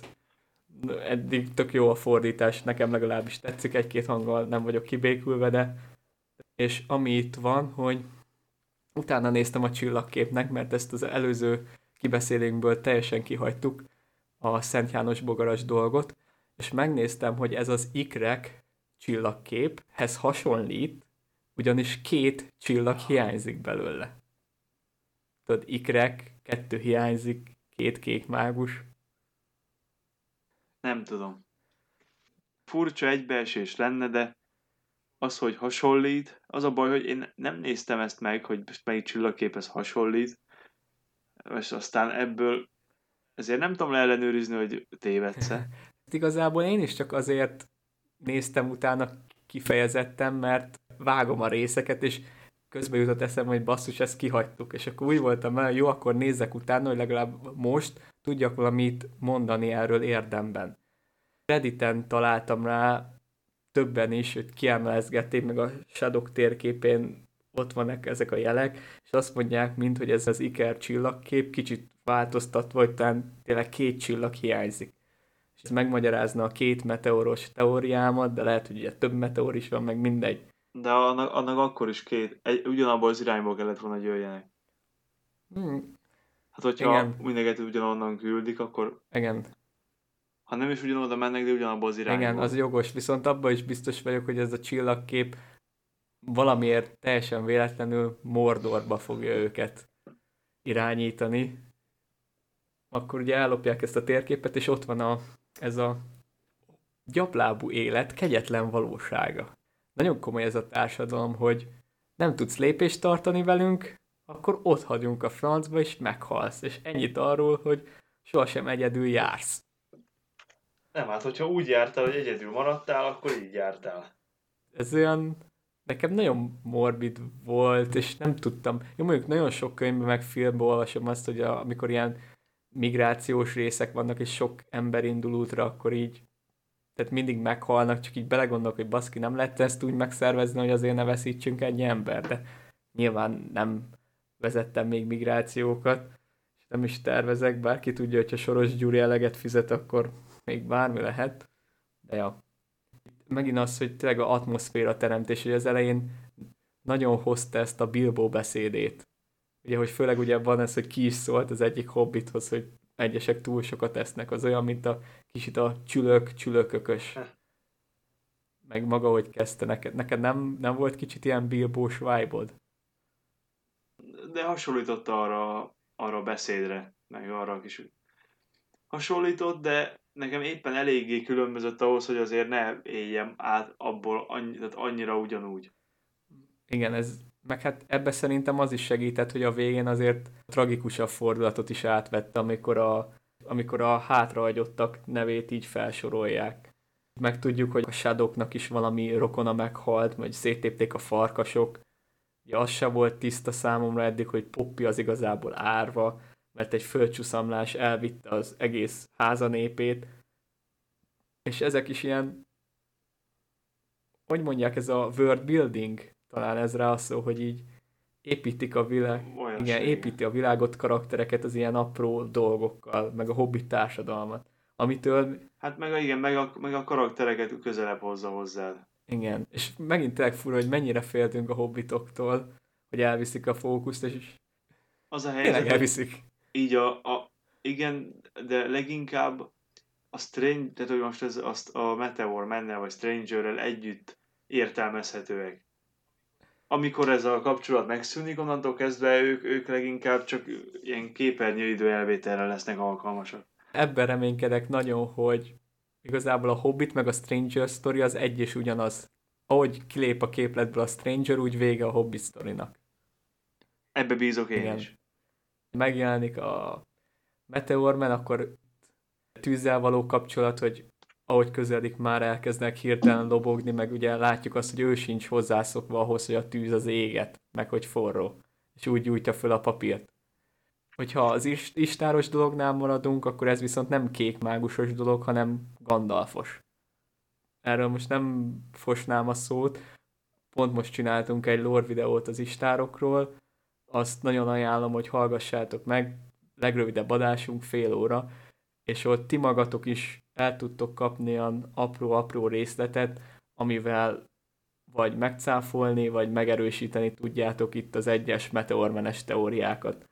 Eddig tök jó a fordítás, nekem legalábbis tetszik, egy-két hanggal nem vagyok kibékülve, de és ami itt van, hogy utána néztem a csillagképnek, mert ezt az előző kibeszélőnkből teljesen kihagytuk, a Szent János bogaras dolgot, és megnéztem, hogy ez az ikrek csillagképhez hasonlít, ugyanis két csillag hiányzik belőle. Tudod, ikrek, kettő hiányzik, két kék mágus. Nem tudom. Furcsa egybeesés lenne, de az, hogy hasonlít, az a baj, hogy én nem néztem ezt meg, hogy melyik csillagképhez hasonlít, és aztán ebből ezért nem tudom leellenőrizni, hogy tévedsz-e. Igazából én is csak azért néztem utána kifejezetten, mert vágom a részeket, és közben jutott eszembe, hogy basszus, ezt kihagytuk, és akkor úgy voltam el, jó, akkor nézzek utána, hogy legalább most tudjak valamit mondani erről érdemben. Redditen találtam rá többen is, hogy kiemelezgették, meg a Shadowk térképén ott vannak ezek a jelek, és azt mondják, mint hogy ez az Iker csillagkép kicsit változtatva, hogy talán tényleg két csillag hiányzik. És ez megmagyarázna a két meteoros teóriámat, de lehet, hogy ugye több meteor is van, meg mindegy. De annak, annak akkor is két, egy, ugyanabból az irányból kellett volna, hogy jöjjenek. Hmm, Hát hogyha Igen. mindenket ugyanonnan küldik, akkor igen, ha nem is ugyanoda mennek, de ugyanabból az irányból. igen, az jogos, viszont abban is biztos vagyok, hogy ez a csillagkép valamiért teljesen véletlenül Mordorba fogja őket irányítani. Akkor ugye ellopják ezt a térképet, és ott van a, ez a gyaplábú élet kegyetlen valósága. Nagyon komoly ez a társadalom, hogy nem tudsz lépést tartani velünk, akkor ott hagyunk a francba, és meghalsz. És ennyit arról, hogy sohasem egyedül jársz. Nem, hát hogyha úgy jártál, hogy egyedül maradtál, akkor így jártál. ez olyan, nekem nagyon morbid volt, és nem tudtam. Jó, mondjuk nagyon sok könyvben meg filmben olvasom azt, hogy a, amikor ilyen migrációs részek vannak, és sok ember indul útra, akkor így, tehát mindig meghalnak, csak így belegondolok, hogy baszki, nem lehet ezt úgy megszervezni, hogy azért ne veszítsünk egy ember, de nyilván nem vezettem még migrációkat, és nem is tervezek, bárki tudja, hogyha Soros Gyuri eleget fizet, akkor még bármi lehet, de ja. Megint az, hogy tényleg a atmoszféra teremtés, hogy az elején nagyon hozta ezt a Bilbo beszédét. Ugye, hogy főleg ugye van ez, hogy ki is szólt az egyik hobbithoz, hogy egyesek túl sokat esznek, az olyan, mint a kicsit a csülök, csülökökös. Meg maga, hogy kezdte neked. Neked nem, nem volt kicsit ilyen Bilbós vibe-od? De hasonlított arra, arra a beszédre, meg arra a kis hasonlított, de nekem éppen eléggé különbözött ahhoz, hogy azért ne éljem át abból annyi, tehát annyira ugyanúgy. Igen, ez, meg hát ebbe szerintem az is segített, hogy a végén azért tragikusabb fordulatot is átvette, amikor a, amikor a hátrahagyottak nevét így felsorolják. Megtudjuk, hogy a Shadowknak is valami rokona meghalt, vagy széttépték a farkasok. Ugye az se volt tiszta számomra eddig, hogy Poppy az igazából árva, mert egy földcsuszamlás elvitte az egész házanépét. És ezek is ilyen, hogy mondják, ez a world building, talán ez rá a szó, hogy így építik a világ, igen, építi a világot, karaktereket az ilyen apró dolgokkal, meg a hobbit társadalmat, amitől... Hát meg a, igen, meg a, meg a karaktereket közelebb hozza hozzá. Igen, és megint tényleg fura, hogy mennyire féltünk a hobbitoktól, hogy elviszik a fókuszt, és az a helyzet, elviszik. Így a, a, igen, de leginkább a Strange, tehát hogy most ez, azt a Meteor menne, vagy Strangerrel együtt értelmezhetőek. Amikor ez a kapcsolat megszűnik, onnantól kezdve ők, ők leginkább csak ilyen képernyőidő elvételre lesznek alkalmasak. Ebben reménykedek nagyon, hogy igazából a Hobbit meg a Stranger Story az egy és ugyanaz. Ahogy kilép a képletből a Stranger, úgy vége a Hobbit sztorinak. Ebbe bízok én igen. is. Megjelenik a Meteorman, akkor tűzzel való kapcsolat, hogy ahogy közeledik, már elkezdenek hirtelen lobogni, meg ugye látjuk azt, hogy ő sincs hozzászokva ahhoz, hogy a tűz az éget, meg hogy forró, és úgy gyújtja föl a papírt. Hogyha az istáros dolognál maradunk, akkor ez viszont nem kék mágusos dolog, hanem Gandalfos. Erről most nem fosnám a szót, pont most csináltunk egy lore videót az istárokról, azt nagyon ajánlom, hogy hallgassátok meg, legrövidebb adásunk fél óra, és ott ti magatok is el tudtok kapni olyan apró-apró részletet, amivel vagy megcáfolni, vagy megerősíteni tudjátok itt az egyes meteormenes teóriákat.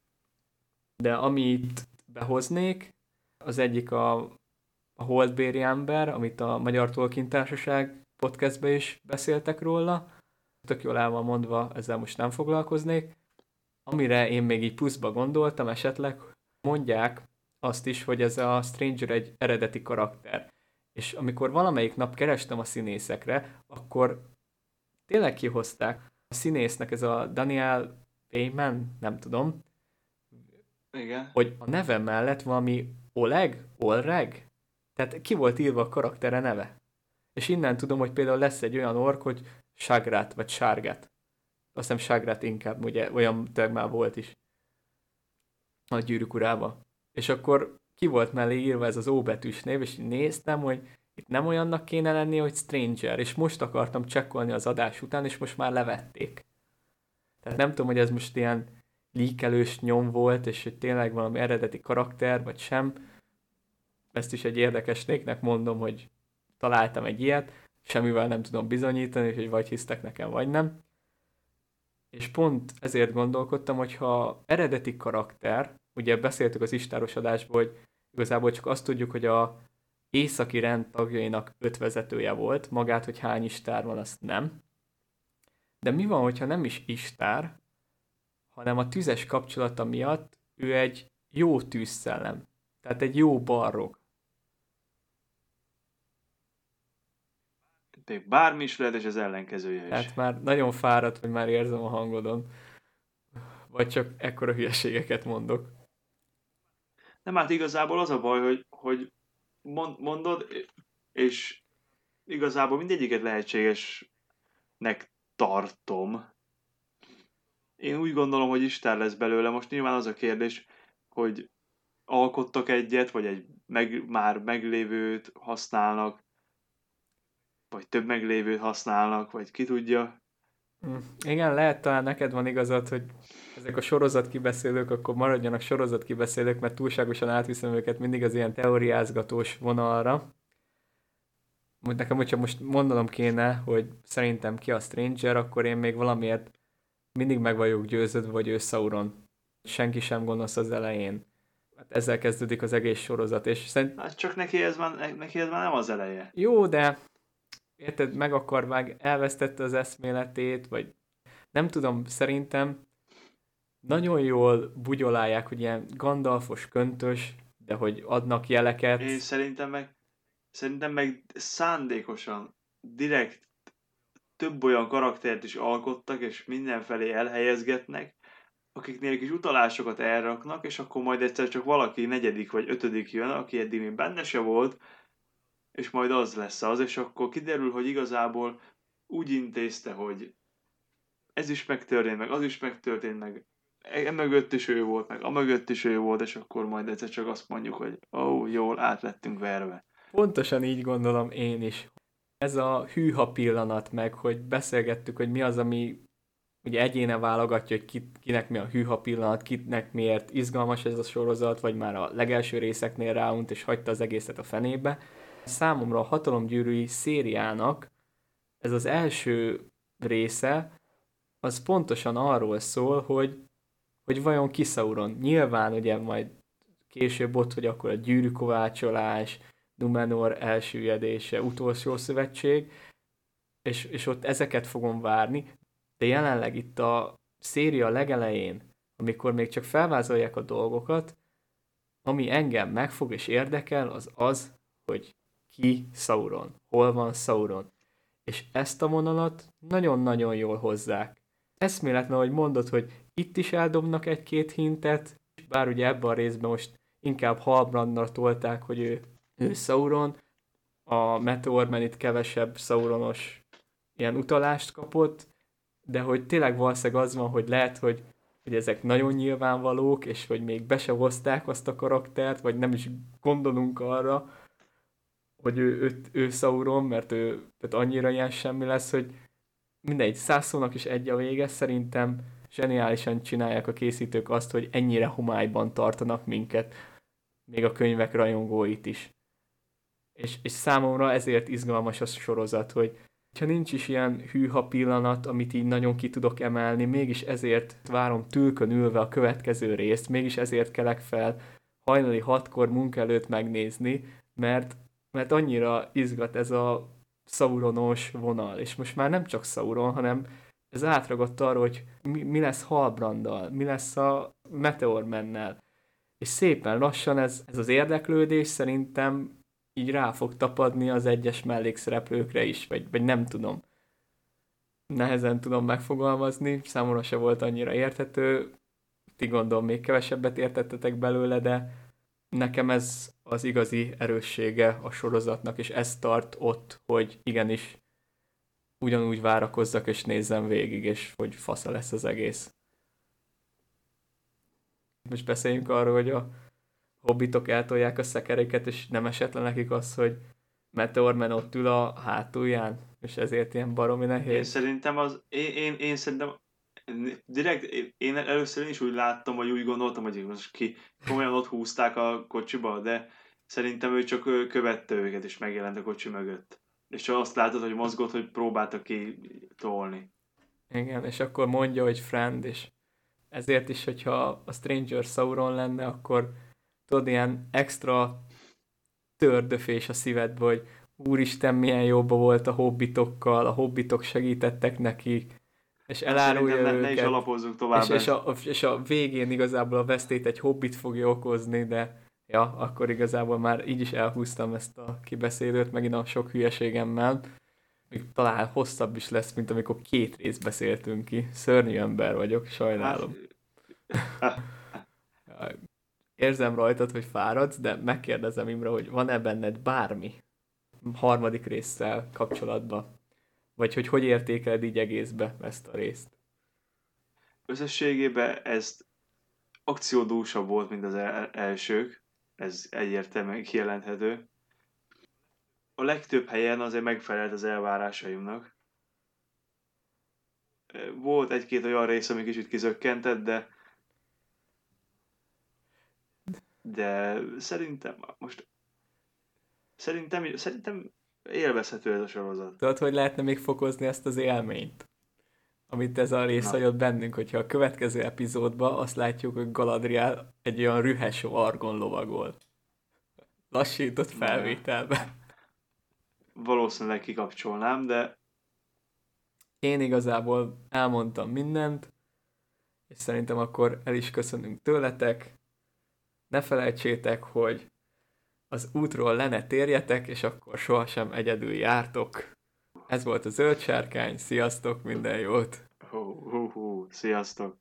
De amit behoznék, az egyik a, a Holdbéri ember, amit a Magyar Tolkien Társaság podcastben is beszéltek róla. Tök jól el van mondva, ezzel most nem foglalkoznék. Amire én még így pluszba gondoltam esetleg, mondják azt is, hogy ez a Stranger egy eredeti karakter. És amikor valamelyik nap kerestem a színészekre, akkor tényleg kihozták a színésznek, ez a Daniel Payman, nem tudom, igen. hogy a neve mellett valami Oleg, Olreg, tehát ki volt írva a karaktere neve. És innen tudom, hogy például lesz egy olyan ork, hogy Sagrát, vagy Sárgát. Azt hiszem Sagrát inkább, ugye olyan tényleg már volt is. A Gyűrűk Urába. És akkor ki volt mellé írva ez az O betűs név, és néztem, hogy itt nem olyannak kéne lenni, hogy Stranger, és most akartam csekkolni az adás után, és most már levették. Tehát nem tudom, hogy ez most ilyen líkelős nyom volt, és hogy tényleg valami eredeti karakter, vagy sem. Ezt is egy érdekes néknek mondom, hogy találtam egy ilyet, semmivel nem tudom bizonyítani, hogy vagy hisztek nekem, vagy nem. És pont ezért gondolkodtam, hogy ha eredeti karakter, ugye beszéltük az istáros adásból, hogy igazából csak azt tudjuk, hogy a északi rend tagjainak öt vezetője volt, magát, hogy hány istár van, azt nem. De mi van, hogyha nem is istár, hanem a tüzes kapcsolata miatt ő egy jó tűzszellem. Tehát egy jó barrog. Bármi is lehet, és az ellenkezője is. Tehát már nagyon fáradt, hogy már érzem a hangodon. Vagy csak ekkora hülyeségeket mondok. Nem, hát igazából az a baj, hogy, hogy mondod, és igazából mindegyiket lehetséges tartom. Én úgy gondolom, hogy Isten lesz belőle. Most nyilván az a kérdés, hogy alkottak egyet, vagy egy meg, már meglévőt használnak, vagy több meglévőt használnak, vagy ki tudja. Mm. Igen, lehet talán neked van igazad, hogy ezek a sorozatkibeszélők, akkor maradjanak sorozatkibeszélők, mert túlságosan átviszem őket mindig az ilyen teóriázgatós vonalra. Nekem, hogyha most mondanom kéne, hogy szerintem ki a Stranger, akkor én még valamiért mindig meg vagyok győződve, hogy ő Sauron. Senki sem gonosz az elején. Hát ezzel kezdődik az egész sorozat, és szerint... Hát csak neki ez, már, neki ez már nem az eleje. Jó, de érted, meg akar vág, elvesztette az eszméletét, vagy nem tudom, szerintem nagyon jól bugyolálják, hogy ilyen Gandalfos köntös, de hogy adnak jeleket. Én szerintem meg, szerintem meg szándékosan, direkt több olyan karaktert is alkottak, és mindenfelé elhelyezgetnek, akiknél kis utalásokat elraknak, és akkor majd egyszer csak valaki negyedik vagy ötödik jön, aki eddig még benne se volt, és majd az lesz az, és akkor kiderül, hogy igazából úgy intézte, hogy ez is megtörtént, meg az is megtörtént, meg e mögött is ő volt, meg a mögött is ő volt, és akkor majd egyszer csak azt mondjuk, hogy ó, oh, jól át lettünk verve. Pontosan így gondolom én is. Ez a hűha pillanat meg, hogy beszélgettük, hogy mi az, ami ugye egyéne válogatja, hogy ki, kinek mi a hűha pillanat, kinek miért izgalmas ez a sorozat, vagy már a legelső részeknél ráunt, és hagyta az egészet a fenébe. Számomra a hatalomgyűrűi szériának ez az első része, az pontosan arról szól, hogy, hogy vajon ki Sauron. Nyilván ugye majd később ott, hogy akkor a gyűrűkovácsolás, Numenor elsüllyedése, utolsó szövetség, és, és ott ezeket fogom várni, de jelenleg itt a széria legelején, amikor még csak felvázolják a dolgokat, ami engem megfog és érdekel, az az, hogy ki Sauron, hol van Sauron. És ezt a vonalat nagyon-nagyon jól hozzák. Eszméletlen, hogy mondod, hogy itt is eldobnak egy-két hintet, bár ugye ebben a részben most inkább Halbrandra tolták, hogy ő, ő Sauron, a Meteorman itt kevesebb Sauronos ilyen utalást kapott, de hogy tényleg valószínűleg az van, hogy lehet, hogy, hogy ezek nagyon nyilvánvalók, és hogy még be se hozták azt a karaktert, vagy nem is gondolunk arra, hogy ő, ő, ő Sauron, mert ő tehát annyira ilyen semmi lesz, hogy mindegy, száz szónak is egy a vége, szerintem zseniálisan csinálják a készítők azt, hogy ennyire homályban tartanak minket, még a könyvek rajongóit is. És, és számomra ezért izgalmas a sorozat, hogy ha nincs is ilyen hűha pillanat, amit így nagyon ki tudok emelni, mégis ezért várom tülkön ülve a következő részt, mégis ezért kelek fel hajnali hatkor munka előtt megnézni, mert, mert annyira izgat ez a Sauronos vonal, és most már nem csak Sauron, hanem ez átragadt arra, hogy mi, mi lesz Halbranddal, mi lesz a Meteormannel, és szépen lassan ez, ez az érdeklődés szerintem így rá fog tapadni az egyes mellékszereplőkre is, vagy, vagy nem tudom. Nehezen tudom megfogalmazni, számomra se volt annyira érthető, ti gondolom még kevesebbet értettetek belőle, de nekem ez az igazi erőssége a sorozatnak, és ez tart ott, hogy igenis ugyanúgy várakozzak, és nézzem végig, és hogy fasza lesz az egész. Most beszéljünk arról, hogy a hobbitok eltolják a szekeréket, és nem esett le nekik az, hogy Meteorman ott ül a hátulján, és ezért ilyen baromi nehéz. Én szerintem az, én, én, én szerintem direkt, én először én is úgy láttam, vagy úgy gondoltam, hogy most ki komolyan ott húzták a kocsiba, de szerintem ő csak követte őket, és megjelent a kocsi mögött. És csak azt látod, hogy mozgott, hogy próbálta ki tolni. Igen, és akkor mondja, hogy friend, és ezért is, hogyha a Stranger Sauron lenne, akkor tudod, ilyen extra tördöfés a szívedbe, hogy úristen, milyen jobba volt a hobbitokkal, a hobbitok segítettek neki, és elárulja ne, őket. ne is alapozzunk tovább. És, és, a, és a végén igazából a vesztét egy hobbit fogja okozni, de ja, akkor igazából már így is elhúztam ezt a kibeszélőt, megint a sok hülyeségemmel. Még talán hosszabb is lesz, mint amikor két rész beszéltünk ki. Szörnyű ember vagyok, sajnálom. Érzem rajtad, hogy fáradsz, de megkérdezem, Imre, hogy van-e benned bármi harmadik résszel kapcsolatban? Vagy hogy hogy értékeled így egészbe ezt a részt? Összességében ez akciódúsabb volt, mint az el- elsők. Ez egyértelműen kijelenthető. A legtöbb helyen azért megfelelt az elvárásaimnak. Volt egy-két olyan rész, ami kicsit kizökkentett, de de szerintem most szerintem, szerintem élvezhető ez a sorozat. Tudod, hogy lehetne még fokozni ezt az élményt? Amit ez a rész Na, hagyott bennünk, hogyha a következő epizódban azt látjuk, hogy Galadriel egy olyan rühes argon lovagol. Lassított na, felvételben. valószínűleg kikapcsolnám, de Én igazából elmondtam mindent, és szerintem akkor el is köszönünk tőletek. Ne felejtsétek, hogy az útról le ne térjetek, és akkor sohasem egyedül jártok. Ez volt a Zöld Sárkány, sziasztok, minden jót! hú, hú, hú, sziasztok!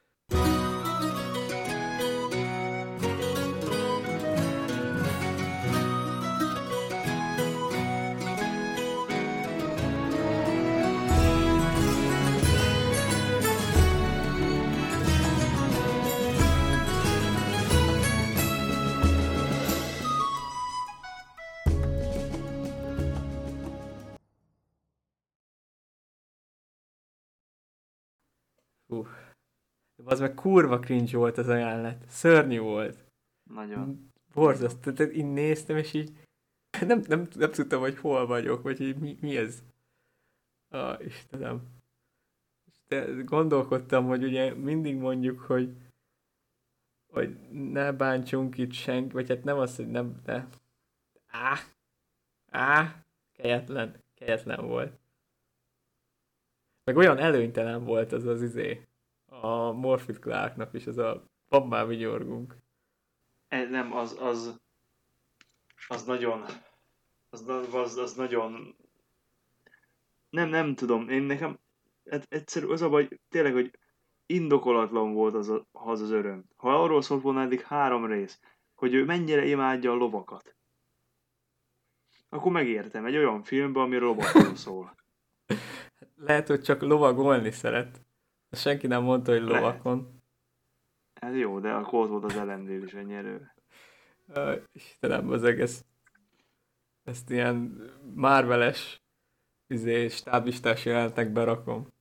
Hú. Az meg kurva cringe volt az ajánlat. Szörnyű volt. Nagyon. Borzasztó. Tehát így néztem, és így nem, nem, nem tudtam, hogy hol vagyok, vagy így mi, mi ez. Ah, Istenem. De gondolkodtam, hogy ugye mindig mondjuk, hogy hogy ne bántsunk itt senki, vagy hát nem az, hogy nem, de á, á, kegyetlen, kegyetlen volt. Meg olyan előnytelen volt az az izé, a Morphy Clarknak is, az a Pammá vigyorgunk. E, nem, az, az, az nagyon, az, az, az nagyon, nem, nem tudom, én nekem, hát egyszerű, az a baj, tényleg, hogy indokolatlan volt az, a, az az öröm. Ha arról szólt volna eddig három rész, hogy ő mennyire imádja a lovakat, akkor megértem, egy olyan filmben, ami robotról szól. Lehet, hogy csak lovagolni szeret. Senki nem mondta, hogy Lehet. lovakon. Ez jó, de akkor ott volt az elemnél is ennyi erő. Uh, Istenem, az egész ezt ilyen Marvel-es izé, stáblistás jelenetnek berakom.